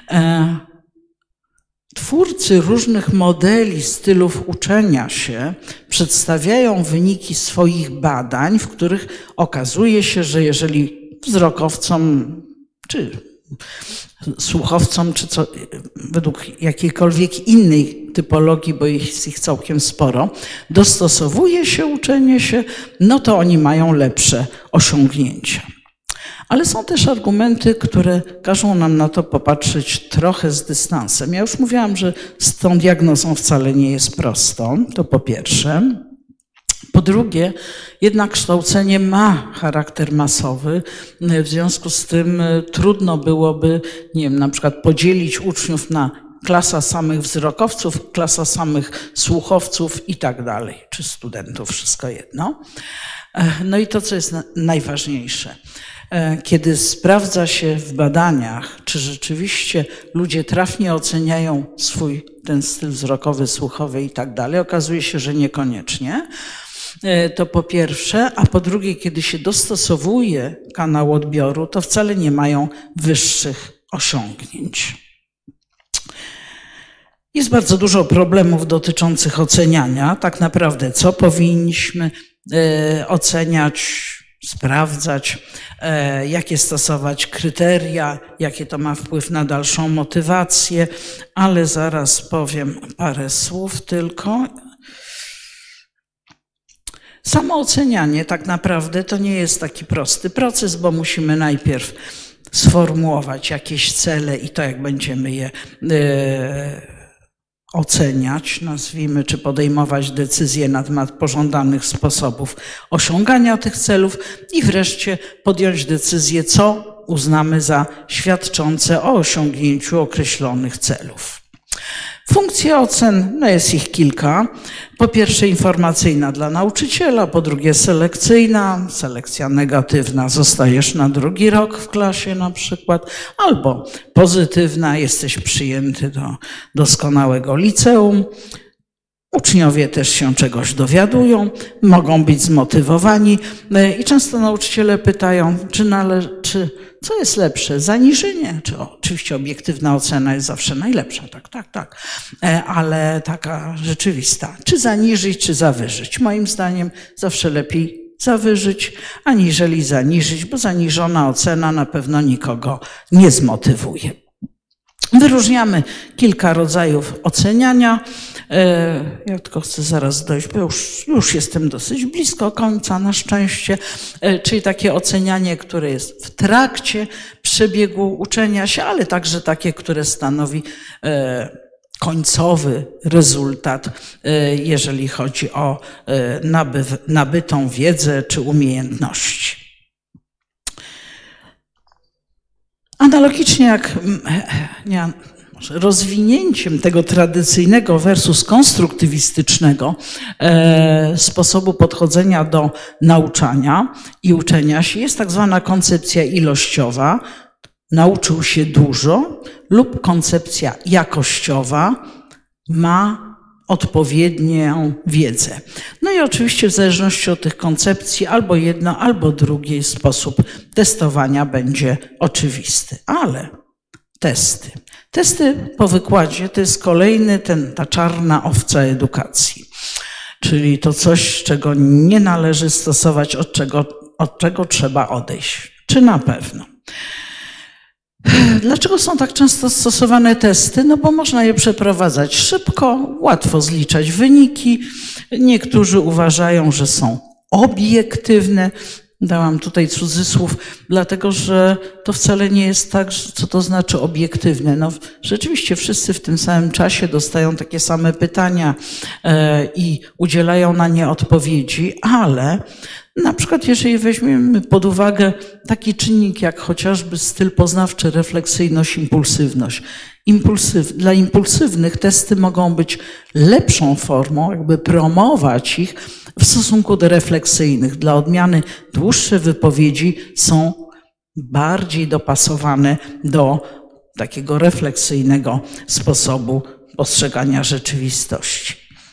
Twórcy różnych modeli stylów uczenia się przedstawiają wyniki swoich badań, w których okazuje się, że jeżeli wzrokowcom czy słuchowcom, czy co, według jakiejkolwiek innej typologii, bo jest ich całkiem sporo, dostosowuje się uczenie się, no to oni mają lepsze osiągnięcia. Ale są też argumenty, które każą nam na to popatrzeć trochę z dystansem. Ja już mówiłam, że z tą diagnozą wcale nie jest prosto, to po pierwsze. Po drugie, jednak kształcenie ma charakter masowy, w związku z tym trudno byłoby, nie wiem, na przykład podzielić uczniów na klasa samych wzrokowców, klasa samych słuchowców i tak dalej, czy studentów, wszystko jedno. No i to, co jest najważniejsze, kiedy sprawdza się w badaniach, czy rzeczywiście ludzie trafnie oceniają swój ten styl wzrokowy, słuchowy i tak dalej, okazuje się, że niekoniecznie. To po pierwsze, a po drugie, kiedy się dostosowuje kanał odbioru, to wcale nie mają wyższych osiągnięć. Jest bardzo dużo problemów dotyczących oceniania. Tak naprawdę, co powinniśmy oceniać, sprawdzać, jakie stosować kryteria, jakie to ma wpływ na dalszą motywację, ale zaraz powiem parę słów tylko. Samoocenianie tak naprawdę to nie jest taki prosty proces, bo musimy najpierw sformułować jakieś cele i to, jak będziemy je yy, oceniać, nazwijmy, czy podejmować decyzje na temat pożądanych sposobów osiągania tych celów i wreszcie podjąć decyzję, co uznamy za świadczące o osiągnięciu określonych celów. Funkcja ocen, no jest ich kilka. Po pierwsze informacyjna dla nauczyciela, po drugie selekcyjna, selekcja negatywna, zostajesz na drugi rok w klasie na przykład, albo pozytywna, jesteś przyjęty do doskonałego liceum. Uczniowie też się czegoś dowiadują, mogą być zmotywowani i często nauczyciele pytają, czy, nale- czy co jest lepsze, zaniżenie, czy oczywiście obiektywna ocena jest zawsze najlepsza, tak, tak, tak, ale taka rzeczywista, czy zaniżyć, czy zawyżyć. Moim zdaniem zawsze lepiej zawyżyć, aniżeli zaniżyć, bo zaniżona ocena na pewno nikogo nie zmotywuje. Wyróżniamy kilka rodzajów oceniania. Ja tylko chcę zaraz dojść, bo już, już jestem dosyć blisko końca na szczęście, czyli takie ocenianie, które jest w trakcie przebiegu uczenia się, ale także takie, które stanowi końcowy rezultat, jeżeli chodzi o nabyw, nabytą wiedzę czy umiejętności. Analogicznie jak nie, rozwinięciem tego tradycyjnego versus konstruktywistycznego e, sposobu podchodzenia do nauczania i uczenia się jest tak zwana koncepcja ilościowa, nauczył się dużo, lub koncepcja jakościowa, ma odpowiednią wiedzę. No i oczywiście w zależności od tych koncepcji albo jedno, albo drugi sposób testowania będzie oczywisty. Ale testy. Testy po wykładzie to jest kolejny, ten, ta czarna owca edukacji. Czyli to coś, czego nie należy stosować, od czego, od czego trzeba odejść. Czy na pewno? Dlaczego są tak często stosowane testy? No bo można je przeprowadzać szybko, łatwo zliczać wyniki. Niektórzy uważają, że są obiektywne. Dałam tutaj cudzysłów, dlatego że to wcale nie jest tak, co to znaczy obiektywne. No, rzeczywiście wszyscy w tym samym czasie dostają takie same pytania e, i udzielają na nie odpowiedzi, ale na przykład jeżeli weźmiemy pod uwagę taki czynnik jak chociażby styl poznawczy, refleksyjność, impulsywność. Impulsyw, dla impulsywnych testy mogą być lepszą formą, jakby promować ich w stosunku do refleksyjnych. Dla odmiany dłuższe wypowiedzi są bardziej dopasowane do takiego refleksyjnego sposobu postrzegania rzeczywistości.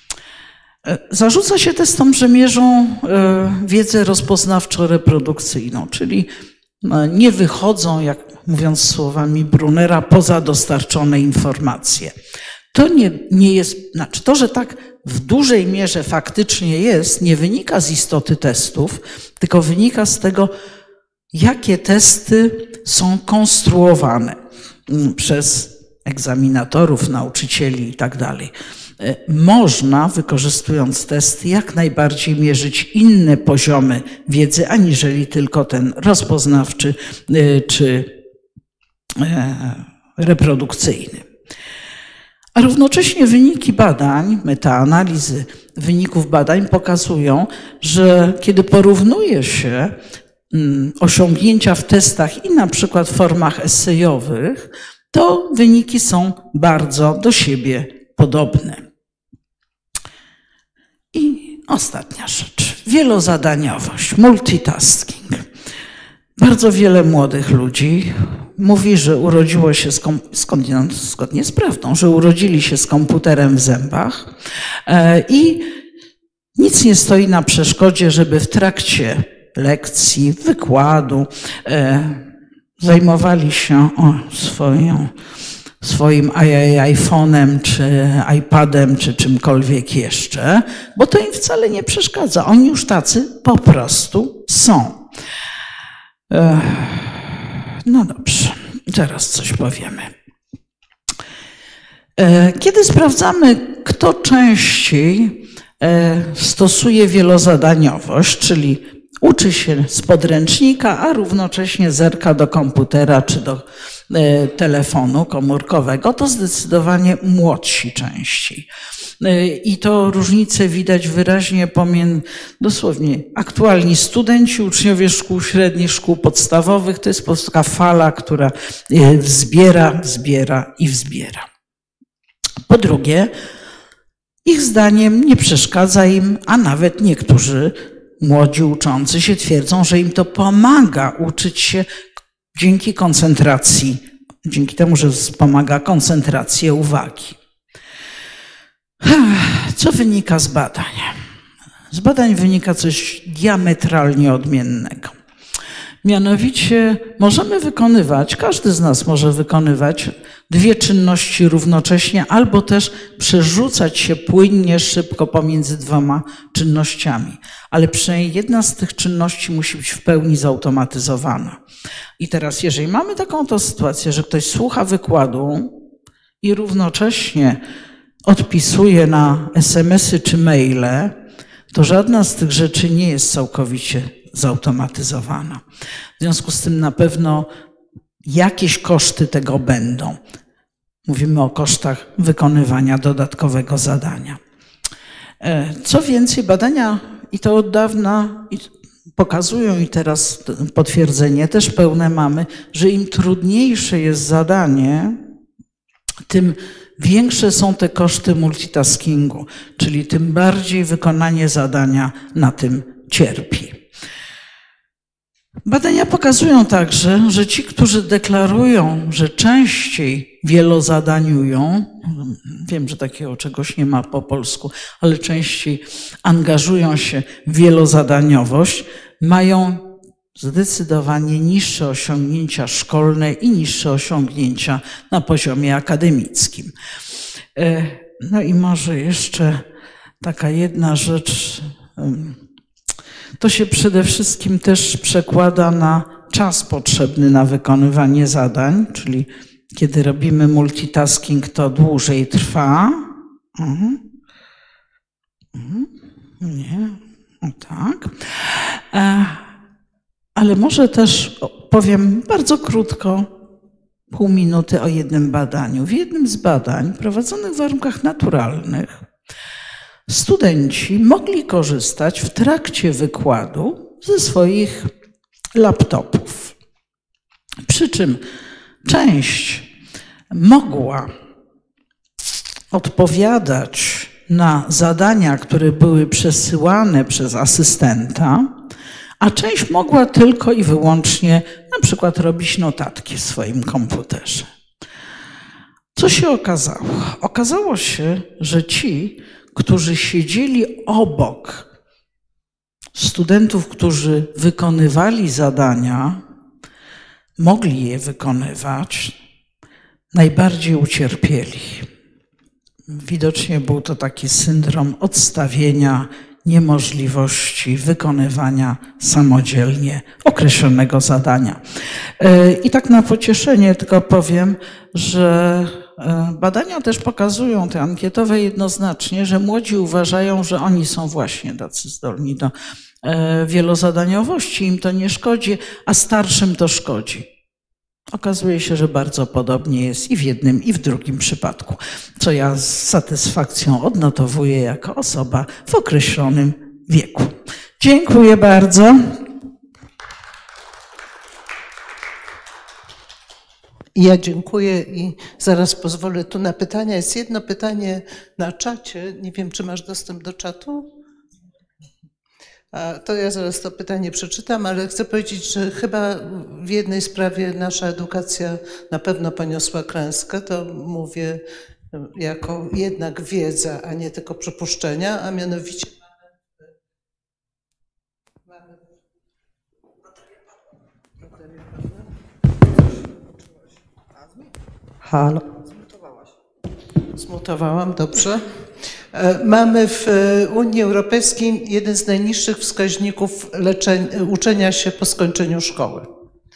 Zarzuca się testom, że mierzą wiedzę rozpoznawczo-reprodukcyjną, czyli nie wychodzą, jak mówiąc słowami Brunera, poza dostarczone informacje. To nie, nie jest, znaczy to, że tak w dużej mierze faktycznie jest, nie wynika z istoty testów, tylko wynika z tego, jakie testy są konstruowane przez egzaminatorów, nauczycieli i tak dalej. Można, wykorzystując testy, jak najbardziej mierzyć inne poziomy wiedzy, aniżeli tylko ten rozpoznawczy czy reprodukcyjny. A równocześnie wyniki badań, metaanalizy wyników badań pokazują, że kiedy porównuje się osiągnięcia w testach i na przykład w formach esejowych, to wyniki są bardzo do siebie podobne. I ostatnia rzecz. Wielozadaniowość, multitasking. Bardzo wiele młodych ludzi mówi, że urodziło się z kom- skądinąd, zgodnie z prawdą, że urodzili się z komputerem w zębach e, i nic nie stoi na przeszkodzie, żeby w trakcie lekcji, wykładu e, zajmowali się o, swoją, swoim iPhone'em, czy iPadem, czy czymkolwiek jeszcze, bo to im wcale nie przeszkadza. Oni już tacy po prostu są. E, no dobrze, teraz coś powiemy. E, kiedy sprawdzamy, kto częściej e, stosuje wielozadaniowość, czyli uczy się z podręcznika, a równocześnie zerka do komputera czy do e, telefonu komórkowego, to zdecydowanie młodsi częściej. E, I to różnicę widać wyraźnie pomiędzy dosłownie aktualni studenci, uczniowie szkół średnich, szkół podstawowych. To jest po prostu taka fala, która e, wzbiera, wzbiera i wzbiera. Po drugie, ich zdaniem nie przeszkadza im, a nawet niektórzy młodzi uczący się twierdzą, że im to pomaga uczyć się dzięki koncentracji, dzięki temu, że wspomaga koncentrację uwagi. Co wynika z badań? Z badań wynika coś diametralnie odmiennego. Mianowicie możemy wykonywać, każdy z nas może wykonywać dwie czynności równocześnie albo też przerzucać się płynnie, szybko pomiędzy dwoma czynnościami. Ale przynajmniej jedna z tych czynności musi być w pełni zautomatyzowana. I teraz, jeżeli mamy taką to sytuację, że ktoś słucha wykładu i równocześnie odpisuje na es em esy czy maile, to żadna z tych rzeczy nie jest całkowicie zautomatyzowana. W związku z tym na pewno jakieś koszty tego będą. Mówimy o kosztach wykonywania dodatkowego zadania. Co więcej, badania, i to od dawna pokazują, i teraz potwierdzenie też pełne mamy, że im trudniejsze jest zadanie, tym większe są te koszty multitaskingu, czyli tym bardziej wykonanie zadania na tym cierpi. Badania pokazują także, że ci, którzy deklarują, że częściej wielozadaniują, wiem, że takiego czegoś nie ma po polsku, ale częściej angażują się w wielozadaniowość, mają zdecydowanie niższe osiągnięcia szkolne i niższe osiągnięcia na poziomie akademickim. No i może jeszcze taka jedna rzecz. To się przede wszystkim też przekłada na czas potrzebny na wykonywanie zadań, czyli kiedy robimy multitasking, to dłużej trwa. Mhm. Mhm. Nie, o tak. Ale może też powiem bardzo krótko, pół minuty o jednym badaniu. W jednym z badań prowadzonych w warunkach naturalnych studenci mogli korzystać w trakcie wykładu ze swoich laptopów. Przy czym część mogła odpowiadać na zadania, które były przesyłane przez asystenta, a część mogła tylko i wyłącznie na przykład robić notatki w swoim komputerze. Co się okazało? Okazało się, że ci, którzy siedzieli obok studentów, którzy wykonywali zadania, mogli je wykonywać, najbardziej ucierpieli. Widocznie był to taki syndrom odstawienia, niemożliwości wykonywania samodzielnie określonego zadania. I tak na pocieszenie tylko powiem, że badania też pokazują, te ankietowe jednoznacznie, że młodzi uważają, że oni są właśnie tacy zdolni do wielozadaniowości, im to nie szkodzi, a starszym to szkodzi. Okazuje się, że bardzo podobnie jest i w jednym, i w drugim przypadku, co ja z satysfakcją odnotowuję jako osoba w określonym wieku. Dziękuję bardzo. Ja dziękuję i zaraz pozwolę tu na pytania. Jest jedno pytanie na czacie. Nie wiem, czy masz dostęp do czatu? A to ja zaraz to pytanie przeczytam, ale chcę powiedzieć, że chyba w jednej sprawie nasza edukacja na pewno poniosła klęskę. To mówię jako jednak wiedza, a nie tylko przypuszczenia, a mianowicie mamy... Halo. Zmutowałam, dobrze. Mamy w Unii Europejskiej jeden z najniższych wskaźników leczenia, uczenia się po skończeniu szkoły.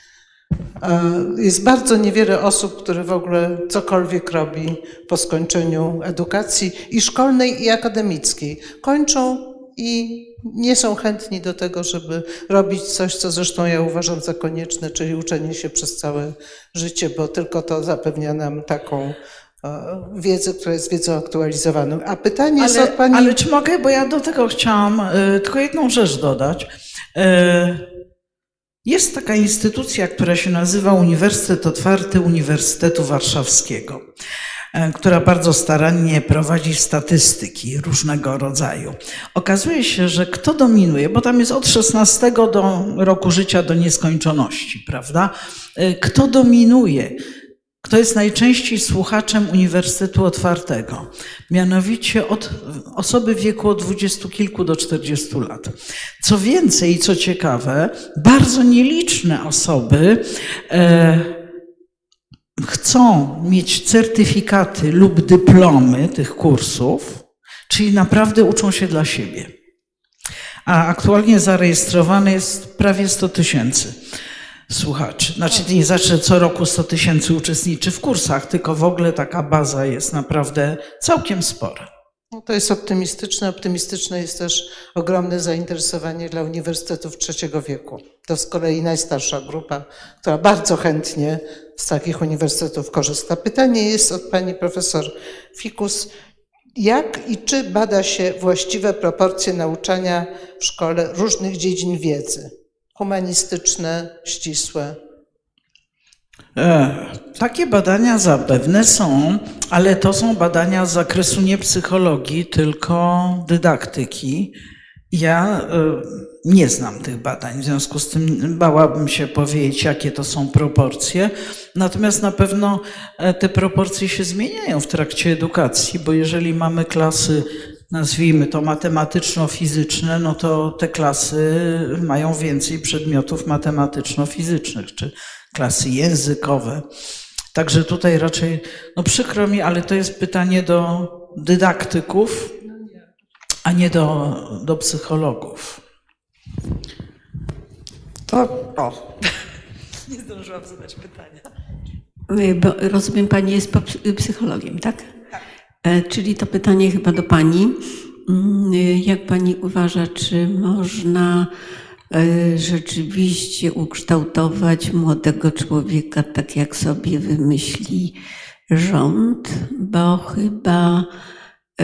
Jest bardzo niewiele osób, które w ogóle cokolwiek robi po skończeniu edukacji i szkolnej, i akademickiej. Kończą i nie są chętni do tego, żeby robić coś, co zresztą ja uważam za konieczne, czyli uczenie się przez całe życie, bo tylko to zapewnia nam taką wiedzę, która jest wiedzą aktualizowaną. A pytanie ale, jest od pani... Ale czy mogę, bo ja do tego chciałam y, tylko jedną rzecz dodać. Y, jest taka instytucja, która się nazywa Uniwersytet Otwarty Uniwersytetu Warszawskiego, y, która bardzo starannie prowadzi statystyki różnego rodzaju. Okazuje się, że kto dominuje, bo tam jest od szesnastego do roku życia do nieskończoności, prawda? Y, kto dominuje? kto jest najczęściej słuchaczem Uniwersytetu Otwartego, mianowicie od osoby w wieku od dwudziestu kilku do czterdziestu lat. Co więcej i co ciekawe, bardzo nieliczne osoby e, chcą mieć certyfikaty lub dyplomy tych kursów, czyli naprawdę uczą się dla siebie. A aktualnie zarejestrowane jest prawie sto tysięcy słuchaczy. Znaczy nie znaczy co roku sto tysięcy uczestniczy w kursach, tylko w ogóle taka baza jest naprawdę całkiem spora. No to jest optymistyczne. Optymistyczne jest też ogromne zainteresowanie dla uniwersytetów trzeciego wieku. To z kolei najstarsza grupa, która bardzo chętnie z takich uniwersytetów korzysta. Pytanie jest od pani profesor Fikus. Jak i czy bada się właściwe proporcje nauczania w szkole różnych dziedzin wiedzy? Humanistyczne, ścisłe. E, takie badania zapewne są, ale to są badania z zakresu nie psychologii, tylko dydaktyki. Ja e, nie znam tych badań, w związku z tym bałabym się powiedzieć, jakie to są proporcje. Natomiast na pewno te proporcje się zmieniają w trakcie edukacji, bo jeżeli mamy klasy, nazwijmy to matematyczno-fizyczne, no to te klasy mają więcej przedmiotów matematyczno-fizycznych, czy klasy językowe. Także tutaj raczej, no przykro mi, ale to jest pytanie do dydaktyków, a nie do, do psychologów. To, o. Nie zdążyłam zadać pytania. Bo rozumiem, pani jest psychologiem, tak? Tak. E, czyli to pytanie chyba do pani. Jak pani uważa, czy można e, rzeczywiście ukształtować młodego człowieka tak, jak sobie wymyśli rząd? Bo chyba e,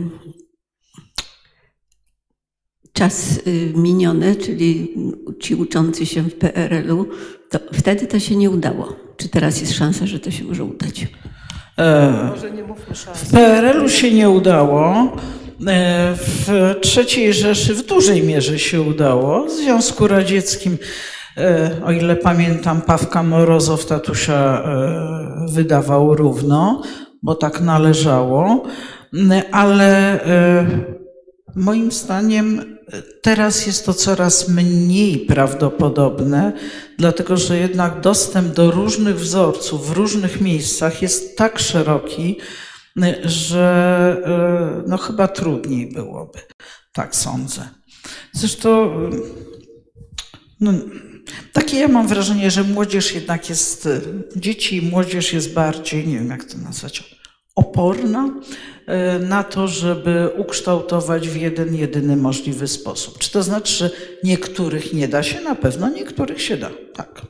czas miniony, czyli ci uczący się w P R L u, to wtedy to się nie udało. Czy teraz jest szansa, że to się może udać? Może nie mówmy szans. W P R L u się nie udało. W trzeciej Rzeszy w dużej mierze się udało. W Związku Radzieckim, o ile pamiętam, Pawka Morozow tatusia wydawał równo, bo tak należało, ale moim zdaniem teraz jest to coraz mniej prawdopodobne, dlatego że jednak dostęp do różnych wzorców w różnych miejscach jest tak szeroki, że no chyba trudniej byłoby, tak sądzę. Zresztą no, takie ja mam wrażenie, że młodzież jednak jest, dzieci i młodzież jest bardziej, nie wiem jak to nazwać, oporna na to, żeby ukształtować w jeden, jedyny możliwy sposób. Czy to znaczy, że niektórych nie da się? Na pewno niektórych się da, tak.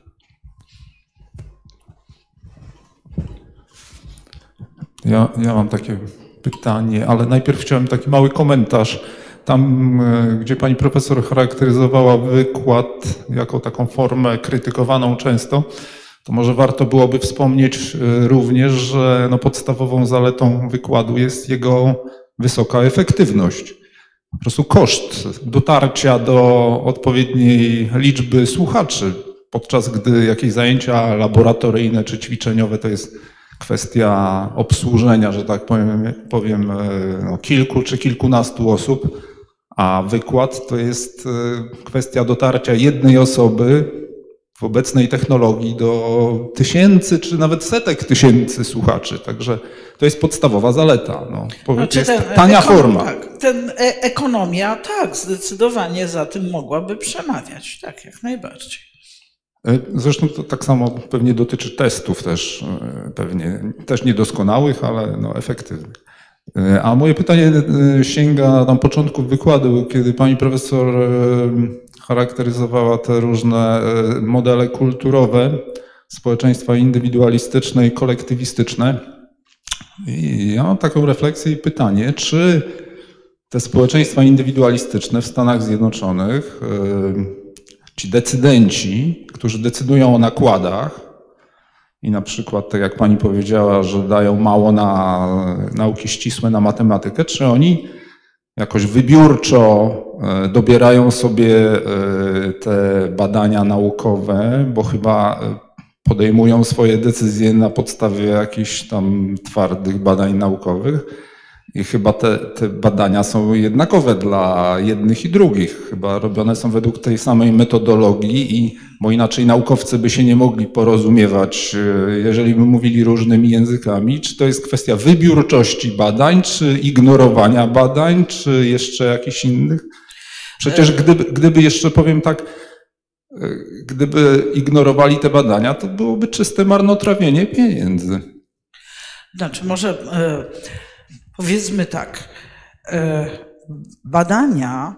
Ja, ja mam takie pytanie, ale najpierw chciałem taki mały komentarz. Tam, gdzie pani profesor charakteryzowała wykład jako taką formę krytykowaną często, to może warto byłoby wspomnieć również, że no podstawową zaletą wykładu jest jego wysoka efektywność. Po prostu koszt dotarcia do odpowiedniej liczby słuchaczy, podczas gdy jakieś zajęcia laboratoryjne czy ćwiczeniowe to jest kwestia obsłużenia, że tak powiem, powiem no, kilku czy kilkunastu osób, a wykład to jest kwestia dotarcia jednej osoby w obecnej technologii do tysięcy czy nawet setek tysięcy słuchaczy. Także to jest podstawowa zaleta. No, znaczy jest ten, tania ekonom, forma. Tak, ten e ekonomia tak, zdecydowanie za tym mogłaby przemawiać. Tak, jak najbardziej. Zresztą to tak samo pewnie dotyczy testów też, pewnie też niedoskonałych, ale no efektywnych. A moje pytanie sięga tam początku wykładu, kiedy pani profesor charakteryzowała te różne modele kulturowe społeczeństwa indywidualistyczne i kolektywistyczne. I ja mam taką refleksję i pytanie, czy te społeczeństwa indywidualistyczne w Stanach Zjednoczonych, ci decydenci, którzy decydują o nakładach i na przykład, tak jak pani powiedziała, że dają mało na nauki ścisłe, na matematykę, czy oni jakoś wybiórczo dobierają sobie te badania naukowe, bo chyba podejmują swoje decyzje na podstawie jakichś tam twardych badań naukowych. I chyba te, te badania są jednakowe dla jednych i drugich. Chyba robione są według tej samej metodologii, i, bo inaczej naukowcy by się nie mogli porozumiewać, jeżeli by mówili różnymi językami. Czy to jest kwestia wybiórczości badań, czy ignorowania badań, czy jeszcze jakichś innych? Przecież gdyby, gdyby jeszcze powiem tak, gdyby ignorowali te badania, to byłoby czyste marnotrawienie pieniędzy. Znaczy może... Y Powiedzmy tak, badania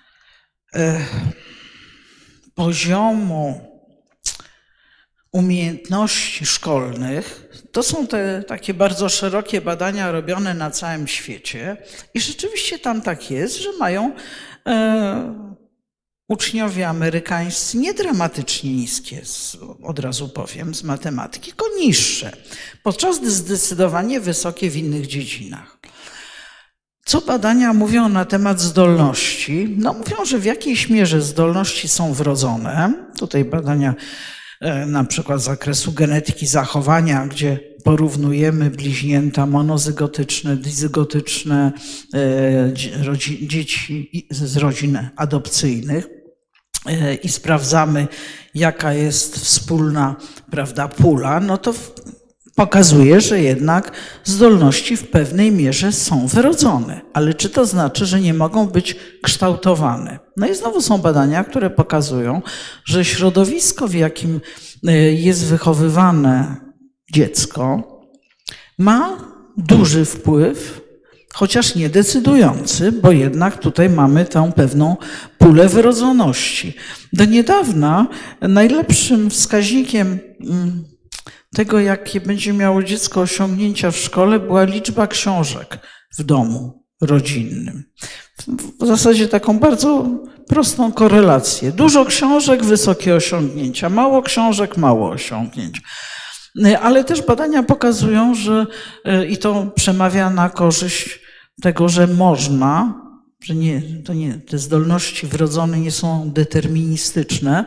poziomu umiejętności szkolnych to są te takie bardzo szerokie badania robione na całym świecie i rzeczywiście tam tak jest, że mają uczniowie amerykańscy nie dramatycznie niskie, od razu powiem, z matematyki, tylko niższe, podczas gdy zdecydowanie wysokie w innych dziedzinach. Co badania mówią na temat zdolności? No mówią, że w jakiejś mierze zdolności są wrodzone. Tutaj badania na przykład z zakresu genetyki zachowania, gdzie porównujemy bliźnięta monozygotyczne, dizygotyczne dzieci z rodzin adopcyjnych i sprawdzamy, jaka jest wspólna, prawda, pula, no to pokazuje, że jednak zdolności w pewnej mierze są wyrodzone. Ale czy to znaczy, że nie mogą być kształtowane? No i znowu są badania, które pokazują, że środowisko, w jakim jest wychowywane dziecko, ma duży wpływ, chociaż nie decydujący, bo jednak tutaj mamy tę pewną pulę wyrodzoności. Do niedawna najlepszym wskaźnikiem tego, jakie będzie miało dziecko osiągnięcia w szkole, była liczba książek w domu rodzinnym. W zasadzie taką bardzo prostą korelację. Dużo książek, wysokie osiągnięcia. Mało książek, mało osiągnięć. Ale też badania pokazują, że i to przemawia na korzyść tego, że można, że nie, to nie, te zdolności wrodzone nie są deterministyczne,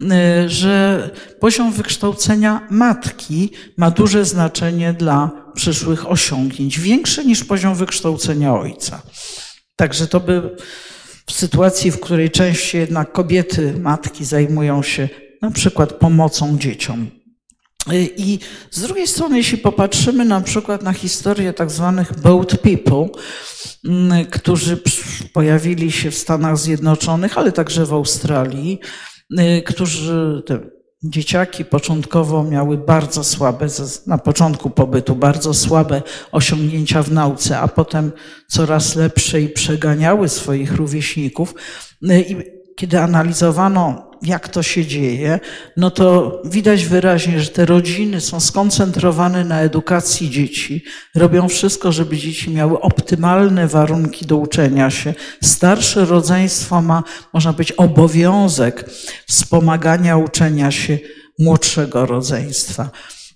że poziom wykształcenia matki ma duże znaczenie dla przyszłych osiągnięć, większe niż poziom wykształcenia ojca. Także to by w sytuacji, w której częściej jednak kobiety, matki zajmują się na przykład pomocą dzieciom. I z drugiej strony, jeśli popatrzymy na przykład na historię tak zwanych boat people, którzy pojawili się w Stanach Zjednoczonych, ale także w Australii, którzy, te dzieciaki początkowo miały bardzo słabe, na początku pobytu, bardzo słabe osiągnięcia w nauce, a potem coraz lepsze i przeganiały swoich rówieśników. I kiedy analizowano, jak to się dzieje, no to widać wyraźnie, że te rodziny są skoncentrowane na edukacji dzieci, robią wszystko, żeby dzieci miały optymalne warunki do uczenia się. Starsze rodzeństwo ma, można powiedzieć, obowiązek wspomagania uczenia się młodszego rodzeństwa.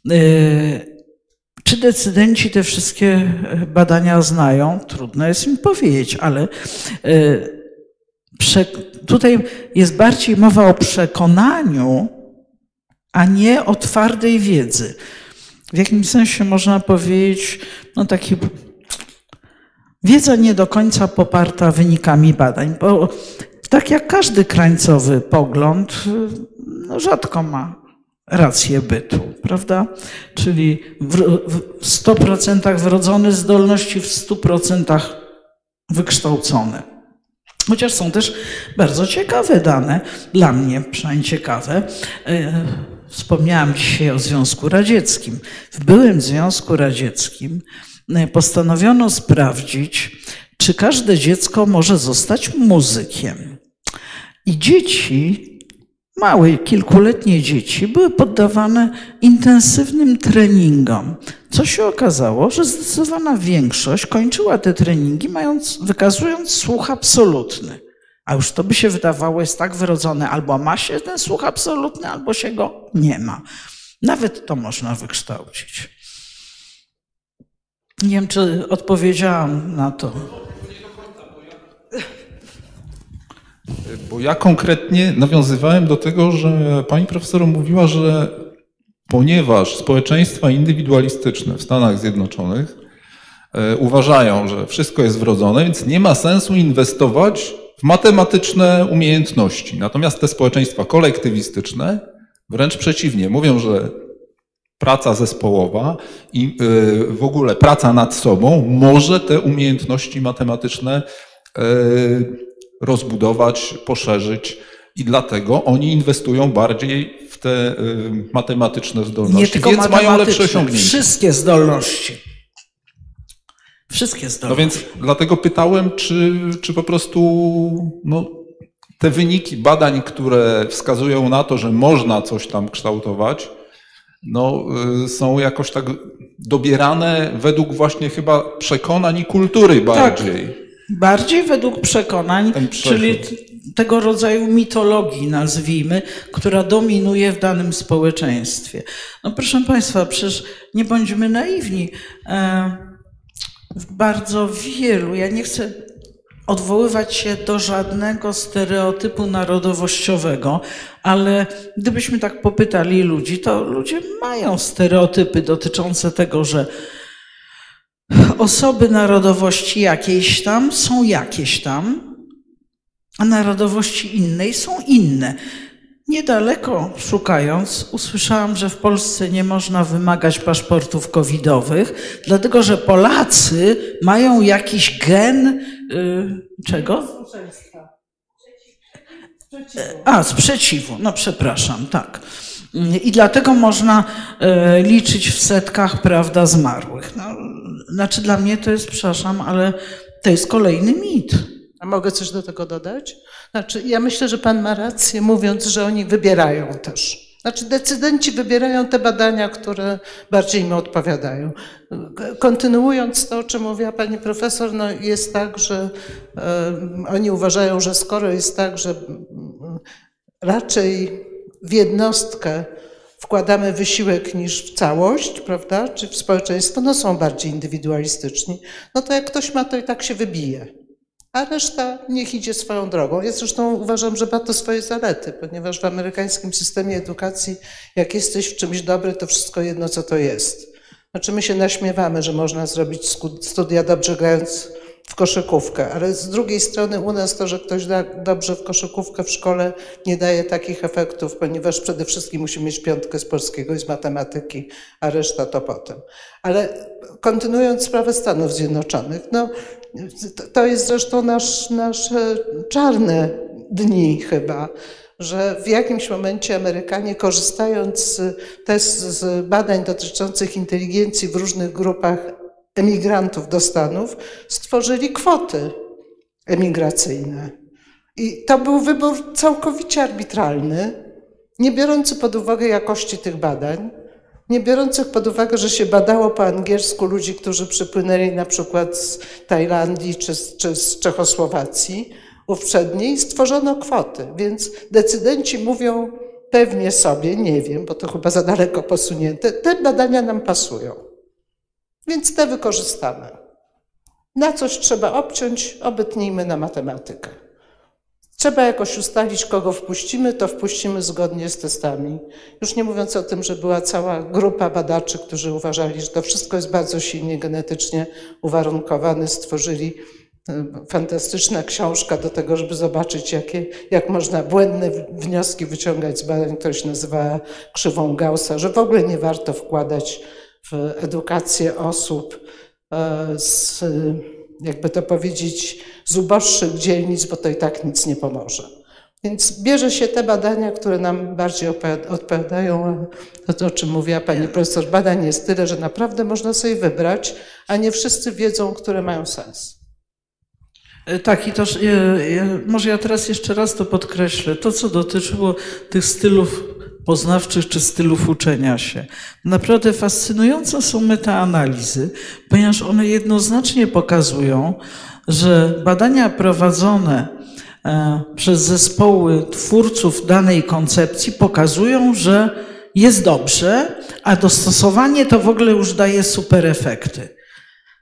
Czy decydenci te wszystkie badania znają? Trudno jest im powiedzieć, ale tutaj jest bardziej mowa o przekonaniu, a nie o twardej wiedzy. W jakimś sensie można powiedzieć, no taki wiedza nie do końca poparta wynikami badań, bo tak jak każdy krańcowy pogląd, no rzadko ma rację bytu, prawda? Czyli w stu procentach wrodzone zdolności, w stu procentach wykształcone. Chociaż są też bardzo ciekawe dane, dla mnie przynajmniej ciekawe. Wspomniałam dzisiaj o Związku Radzieckim. W byłym Związku Radzieckim postanowiono sprawdzić, czy każde dziecko może zostać muzykiem. I dzieci, małe, kilkuletnie dzieci, były poddawane intensywnym treningom. Co się okazało, że zdecydowana większość kończyła te treningi, mając, wykazując słuch absolutny. A już to by się wydawało, jest tak wyrodzone, albo ma się ten słuch absolutny, albo się go nie ma. Nawet to można wykształcić. Nie wiem, czy odpowiedziałam na to. Bo ja konkretnie nawiązywałem do tego, że pani profesor mówiła, że ponieważ społeczeństwa indywidualistyczne w Stanach Zjednoczonych e, uważają, że wszystko jest wrodzone, więc nie ma sensu inwestować w matematyczne umiejętności. Natomiast te społeczeństwa kolektywistyczne wręcz przeciwnie, mówią, że praca zespołowa i y, w ogóle praca nad sobą może te umiejętności matematyczne y, rozbudować, poszerzyć i dlatego oni inwestują bardziej w te y, matematyczne zdolności, Nie tylko więc mają lepsze matematyczne, osiągnięcia. wszystkie zdolności. Wszystkie No zdolności. więc dlatego pytałem, czy, czy po prostu no, te wyniki badań, które wskazują na to, że można coś tam kształtować, no, y, są jakoś tak dobierane według właśnie chyba przekonań i kultury bardziej. Tak, bardziej według przekonań, Ten przeszód. czyli t- tego rodzaju mitologii, nazwijmy, która dominuje w danym społeczeństwie. No proszę Państwa, przecież nie bądźmy naiwni. E, w bardzo wielu, ja nie chcę odwoływać się do żadnego stereotypu narodowościowego, ale gdybyśmy tak popytali ludzi, to ludzie mają stereotypy dotyczące tego, że osoby narodowości jakiejś tam są jakieś tam, a narodowości innej są inne. Niedaleko szukając, usłyszałam, że w Polsce nie można wymagać paszportów covidowych, dlatego że Polacy mają jakiś gen y, czego? A, sprzeciwu. No przepraszam, tak. I dlatego można y, liczyć w setkach, prawda, zmarłych. No, znaczy dla mnie to jest, przepraszam, ale to jest kolejny mit. A mogę coś do tego dodać? Znaczy, ja myślę, że pan ma rację, mówiąc, że oni wybierają też. Znaczy, decydenci wybierają te badania, które bardziej im odpowiadają. Kontynuując to, o czym mówiła pani profesor, no jest tak, że um, oni uważają, że skoro jest tak, że um, raczej w jednostkę wkładamy wysiłek niż w całość, prawda, czy w społeczeństwo, no są bardziej indywidualistyczni, no to jak ktoś ma, to i tak się wybije. A reszta niech idzie swoją drogą. Ja zresztą uważam, że ma to swoje zalety, ponieważ w amerykańskim systemie edukacji, jak jesteś w czymś dobry, to wszystko jedno, co to jest. Znaczy my się naśmiewamy, że można zrobić studia dobrze grając w koszykówkę, ale z drugiej strony u nas to, że ktoś da dobrze w koszykówkę w szkole nie daje takich efektów, ponieważ przede wszystkim musi mieć piątkę z polskiego i z matematyki, a reszta to potem. Ale kontynuując sprawę Stanów Zjednoczonych, no to jest zresztą nasz, nasze czarne dni chyba, że w jakimś momencie Amerykanie, korzystając też z badań dotyczących inteligencji w różnych grupach emigrantów do Stanów, stworzyli kwoty emigracyjne. I to był wybór całkowicie arbitralny, nie biorący pod uwagę jakości tych badań, nie biorących pod uwagę, że się badało po angielsku ludzi, którzy przypłynęli na przykład z Tajlandii czy z, czy z Czechosłowacji ówczesnej, stworzono kwoty. Więc decydenci mówią pewnie sobie, nie wiem, bo to chyba za daleko posunięte, te badania nam pasują. Więc te wykorzystamy. Na coś trzeba obciąć, obetnijmy na matematykę. Trzeba jakoś ustalić, kogo wpuścimy, to wpuścimy zgodnie z testami. Już nie mówiąc o tym, że była cała grupa badaczy, którzy uważali, że to wszystko jest bardzo silnie genetycznie uwarunkowane, stworzyli fantastyczna książka do tego, żeby zobaczyć, jakie, jak można błędne wnioski wyciągać z badań, które się nazywała krzywą Gaussa, że w ogóle nie warto wkładać w edukację osób z, jakby to powiedzieć, z uboższych dzielnic, bo to i tak nic nie pomoże. Więc bierze się te badania, które nam bardziej odpowiadają, to, to o czym mówiła pani profesor, badań jest tyle, że naprawdę można sobie wybrać, a nie wszyscy wiedzą, które mają sens. Tak, i to może ja teraz jeszcze raz to podkreślę. To, co dotyczyło tych stylów poznawczych czy stylów uczenia się. Naprawdę fascynujące są metaanalizy, ponieważ one jednoznacznie pokazują, że badania prowadzone przez zespoły twórców danej koncepcji pokazują, że jest dobrze, a dostosowanie to w ogóle już daje super efekty.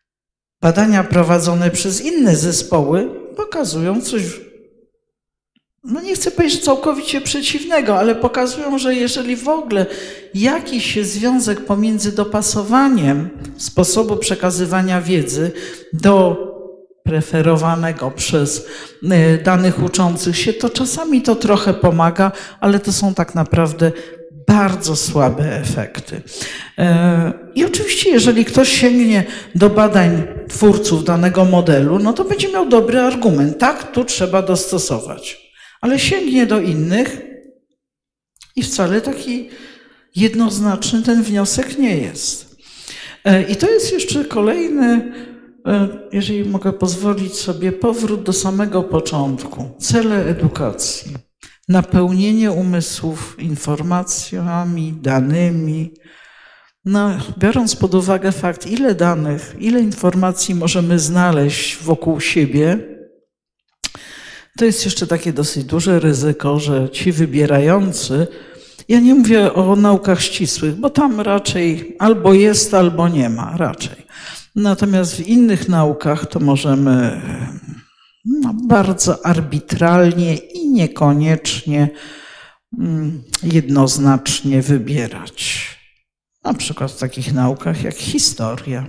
Badania prowadzone przez inne zespoły pokazują coś no nie chcę powiedzieć całkowicie przeciwnego, ale pokazują, że jeżeli w ogóle jakiś jest związek pomiędzy dopasowaniem sposobu przekazywania wiedzy do preferowanego przez danych uczących się, to czasami to trochę pomaga, ale to są tak naprawdę bardzo słabe efekty. I oczywiście, jeżeli ktoś sięgnie do badań twórców danego modelu, no to będzie miał dobry argument. Tak, tu trzeba dostosować. Ale sięgnie do innych i wcale taki jednoznaczny ten wniosek nie jest. I to jest jeszcze kolejny, jeżeli mogę pozwolić sobie, powrót do samego początku. Cele edukacji. Napełnienie umysłów informacjami, danymi. No, biorąc pod uwagę fakt, ile danych, ile informacji możemy znaleźć wokół siebie, to jest jeszcze takie dosyć duże ryzyko, że ci wybierający, ja nie mówię o naukach ścisłych, bo tam raczej albo jest, albo nie ma, raczej. Natomiast w innych naukach to możemy no, bardzo arbitralnie i niekoniecznie jednoznacznie wybierać. Na przykład w takich naukach jak historia.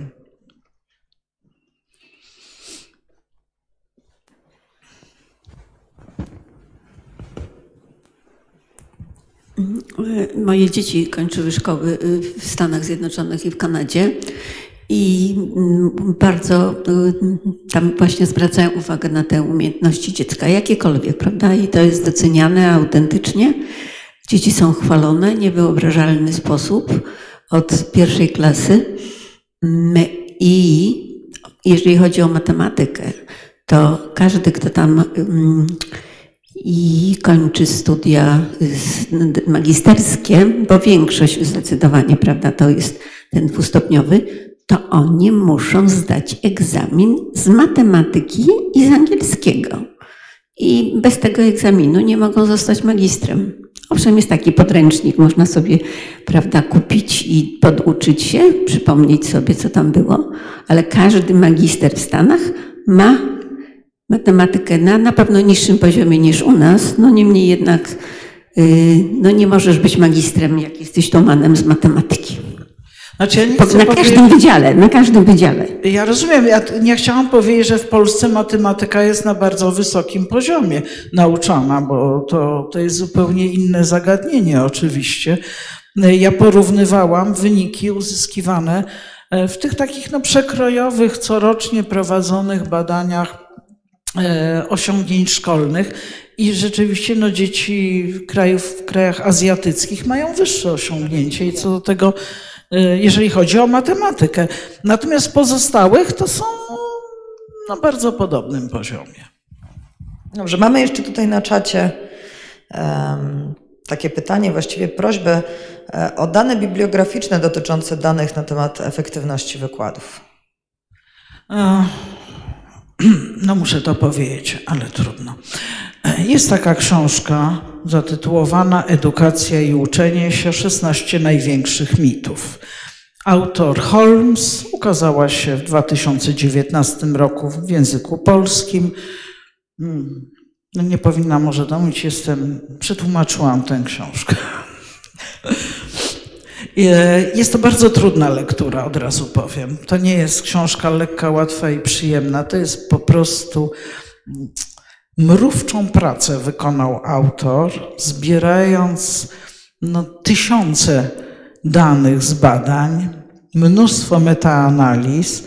Moje dzieci kończyły szkoły w Stanach Zjednoczonych i w Kanadzie i bardzo tam właśnie zwracają uwagę na te umiejętności dziecka, jakiekolwiek, prawda? I to jest doceniane autentycznie. Dzieci są chwalone w niewyobrażalny sposób od pierwszej klasy i jeżeli chodzi o matematykę, to każdy, kto tam i kończy studia magisterskie, bo większość zdecydowanie, prawda, to jest ten dwustopniowy, to oni muszą zdać egzamin z matematyki i z angielskiego. I bez tego egzaminu nie mogą zostać magistrem. Owszem, jest taki podręcznik, można sobie, prawda, kupić i poduczyć się, przypomnieć sobie, co tam było, ale każdy magister w Stanach ma matematykę na na pewno niższym poziomie niż u nas, no niemniej jednak yy, no nie możesz być magistrem, jak jesteś tomanem z matematyki. Znaczy, ja nie na chcę każdym powiedzieć, wydziale, na każdym wydziale. Ja rozumiem, ja nie chciałam powiedzieć, że w Polsce matematyka jest na bardzo wysokim poziomie nauczana, bo to, to jest zupełnie inne zagadnienie oczywiście. Ja porównywałam wyniki uzyskiwane w tych takich no, przekrojowych, corocznie prowadzonych badaniach osiągnięć szkolnych i rzeczywiście no, dzieci w, krajów, w krajach azjatyckich mają wyższe osiągnięcie i co do tego, jeżeli chodzi o matematykę. Natomiast w pozostałych to są na bardzo podobnym poziomie. Dobrze, mamy jeszcze tutaj na czacie um, takie pytanie, właściwie prośbę um, o dane bibliograficzne dotyczące danych na temat efektywności wykładów. No muszę to powiedzieć, ale trudno. Jest taka książka zatytułowana Edukacja i uczenie się, szesnaście największych mitów. Autor Holmes, ukazała się w dwa tysiące dziewiętnastym roku w języku polskim. No nie powinna może to mówić, jestem, przetłumaczyłam tę książkę. Jest to bardzo trudna lektura, od razu powiem. To nie jest książka lekka, łatwa i przyjemna. To jest po prostu mrówczą pracę wykonał autor, zbierając no, tysiące danych z badań, mnóstwo metaanaliz.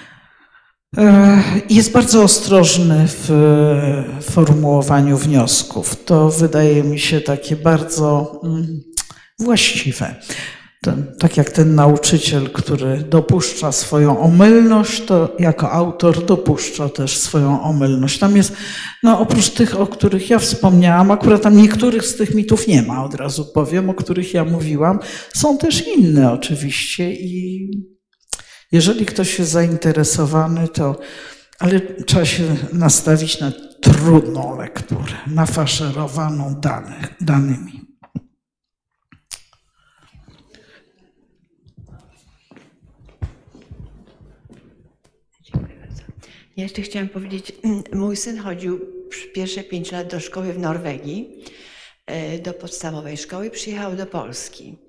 Jest bardzo ostrożny w formułowaniu wniosków. To wydaje mi się takie bardzo właściwe. Ten, tak jak ten nauczyciel, który dopuszcza swoją omylność, to jako autor dopuszcza też swoją omylność. Tam jest, no oprócz tych, o których ja wspomniałam, akurat tam niektórych z tych mitów nie ma, od razu powiem, o których ja mówiłam. Są też inne oczywiście i jeżeli ktoś jest zainteresowany, to ale trzeba się nastawić na trudną lekturę, nafaszerowaną danych, danymi. Ja jeszcze chciałam powiedzieć, mój syn chodził pierwsze pięć lat do szkoły w Norwegii, do podstawowej szkoły, przyjechał do Polski.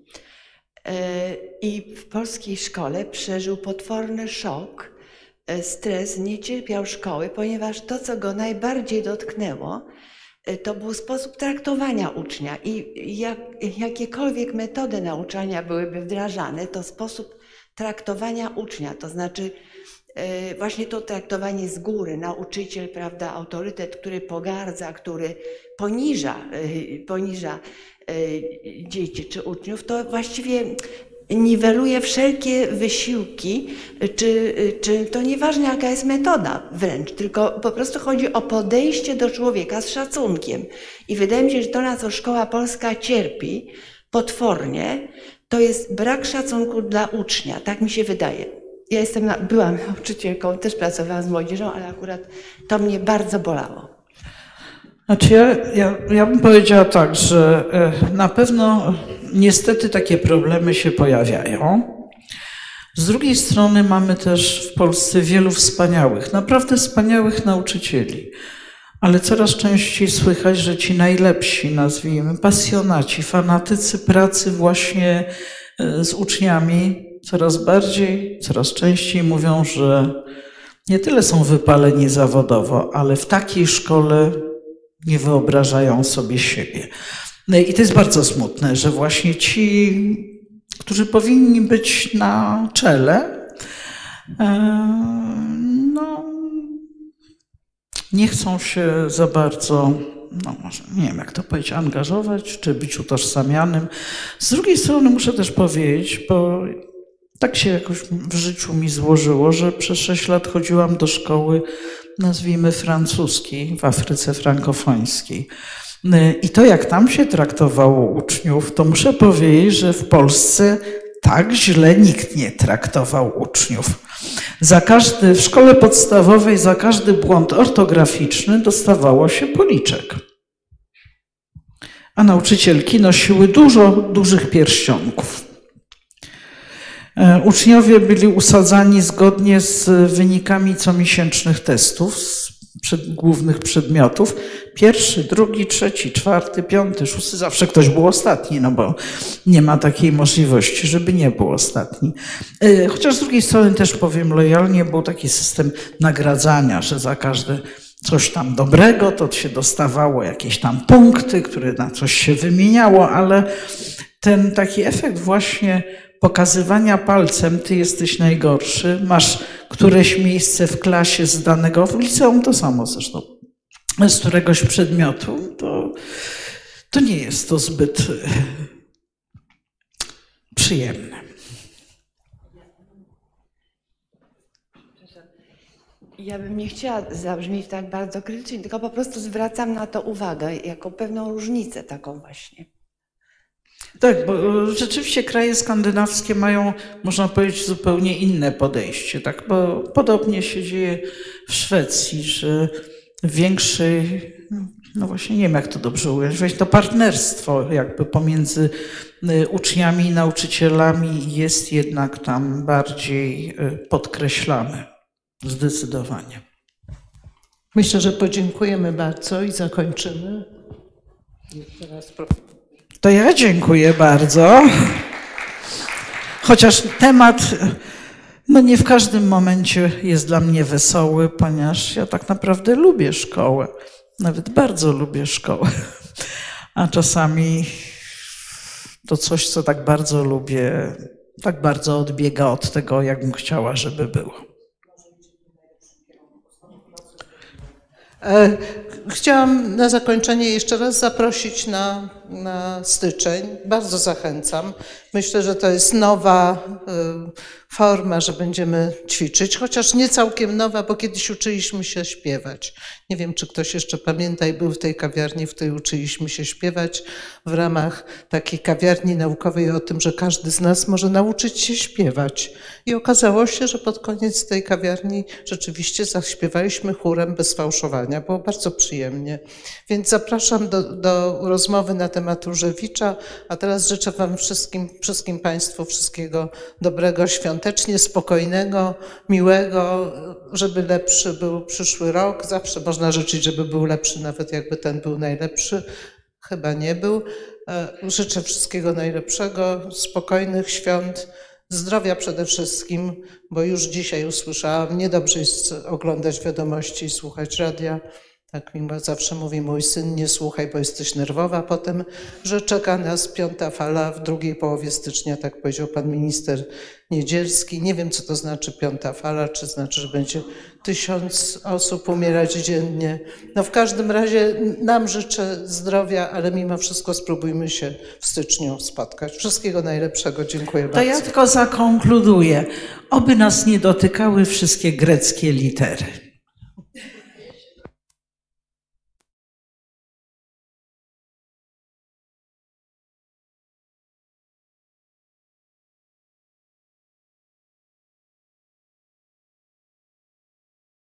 I w polskiej szkole przeżył potworny szok, stres, nie cierpiał szkoły, ponieważ to, co go najbardziej dotknęło, to był sposób traktowania ucznia i jak, jakiekolwiek metody nauczania byłyby wdrażane, to sposób traktowania ucznia, to znaczy właśnie to traktowanie z góry, nauczyciel, prawda, autorytet, który pogardza, który poniża, poniża dzieci czy uczniów, to właściwie niweluje wszelkie wysiłki, czy, czy to nieważne jaka jest metoda wręcz, tylko po prostu chodzi o podejście do człowieka z szacunkiem. I wydaje mi się, że to, na co szkoła polska cierpi potwornie, to jest brak szacunku dla ucznia, tak mi się wydaje. Ja jestem, byłam nauczycielką, też pracowałam z młodzieżą, ale akurat to mnie bardzo bolało. Znaczy ja, ja, ja bym powiedziała tak, że na pewno niestety takie problemy się pojawiają. Z drugiej strony mamy też w Polsce wielu wspaniałych, naprawdę wspaniałych nauczycieli, ale coraz częściej słychać, że ci najlepsi, nazwijmy, pasjonaci, fanatycy pracy właśnie z uczniami coraz bardziej, coraz częściej mówią, że nie tyle są wypaleni zawodowo, ale w takiej szkole nie wyobrażają sobie siebie. No i to jest bardzo smutne, że właśnie ci, którzy powinni być na czele, no, nie chcą się za bardzo, no może nie wiem jak to powiedzieć, angażować, czy być utożsamianym. Z drugiej strony muszę też powiedzieć, bo tak się jakoś w życiu mi złożyło, że przez sześć lat chodziłam do szkoły, nazwijmy francuskiej, w Afryce frankofońskiej. I to, jak tam się traktowało uczniów, to muszę powiedzieć, że w Polsce tak źle nikt nie traktował uczniów. Za każdy, w szkole podstawowej za każdy błąd ortograficzny dostawało się policzek. A nauczycielki nosiły dużo dużych pierścionków. Uczniowie byli usadzani zgodnie z wynikami comiesięcznych testów, z przed, głównych przedmiotów. Pierwszy, drugi, trzeci, czwarty, piąty, szósty, zawsze ktoś był ostatni, no bo nie ma takiej możliwości, żeby nie był ostatni. Chociaż z drugiej strony też powiem lojalnie, był taki system nagradzania, że za każde coś tam dobrego, to się dostawało jakieś tam punkty, które na coś się wymieniało, ale ten taki efekt właśnie pokazywania palcem, ty jesteś najgorszy, masz któreś miejsce w klasie z danego, w liceum to samo zresztą, z któregoś przedmiotu, to, to nie jest to zbyt przyjemne. Ja bym nie chciała zabrzmieć tak bardzo krytycznie, tylko po prostu zwracam na to uwagę, jako pewną różnicę taką właśnie. Tak, bo rzeczywiście kraje skandynawskie mają, można powiedzieć, zupełnie inne podejście. Tak, bo podobnie się dzieje w Szwecji, że większej, no właśnie nie wiem jak to dobrze ująć, właśnie to partnerstwo jakby pomiędzy uczniami i nauczycielami jest jednak tam bardziej podkreślane, zdecydowanie. Myślę, że podziękujemy bardzo i zakończymy. I teraz To ja dziękuję bardzo. Chociaż temat, no nie w każdym momencie jest dla mnie wesoły, ponieważ ja tak naprawdę lubię szkołę. Nawet bardzo lubię szkołę. A czasami to coś, co tak bardzo lubię, tak bardzo odbiega od tego, jakbym chciała, żeby było. Chciałam na zakończenie jeszcze raz zaprosić na, na styczeń. Bardzo zachęcam. Myślę, że to jest nowa y, forma, że będziemy ćwiczyć, chociaż nie całkiem nowa, bo kiedyś uczyliśmy się śpiewać. Nie wiem, czy ktoś jeszcze pamięta i był w tej kawiarni, w której uczyliśmy się śpiewać w ramach takiej kawiarni naukowej o tym, że każdy z nas może nauczyć się śpiewać. I okazało się, że pod koniec tej kawiarni rzeczywiście zaśpiewaliśmy chórem bez fałszowania. Było bardzo przyjemnie. Więc zapraszam do, do rozmowy na temat Maturzewicza, a teraz życzę Wam wszystkim, wszystkim Państwu wszystkiego dobrego, świątecznie, spokojnego, miłego, żeby lepszy był przyszły rok. Zawsze można życzyć, żeby był lepszy, nawet jakby ten był najlepszy. Chyba nie był. Życzę wszystkiego najlepszego, spokojnych świąt, zdrowia przede wszystkim, bo już dzisiaj usłyszałam, niedobrze jest oglądać wiadomości i słuchać radia. Tak mi zawsze mówi mój syn, nie słuchaj, bo jesteś nerwowa potem, że czeka nas piąta fala w drugiej połowie stycznia, tak powiedział pan minister Niedzielski. Nie wiem, co to znaczy piąta fala, czy znaczy, że będzie tysiąc osób umierać dziennie. No w każdym razie nam życzę zdrowia, ale mimo wszystko spróbujmy się w styczniu spotkać. Wszystkiego najlepszego, dziękuję To bardzo. ja tylko zakonkluduję. Oby nas nie dotykały wszystkie greckie litery.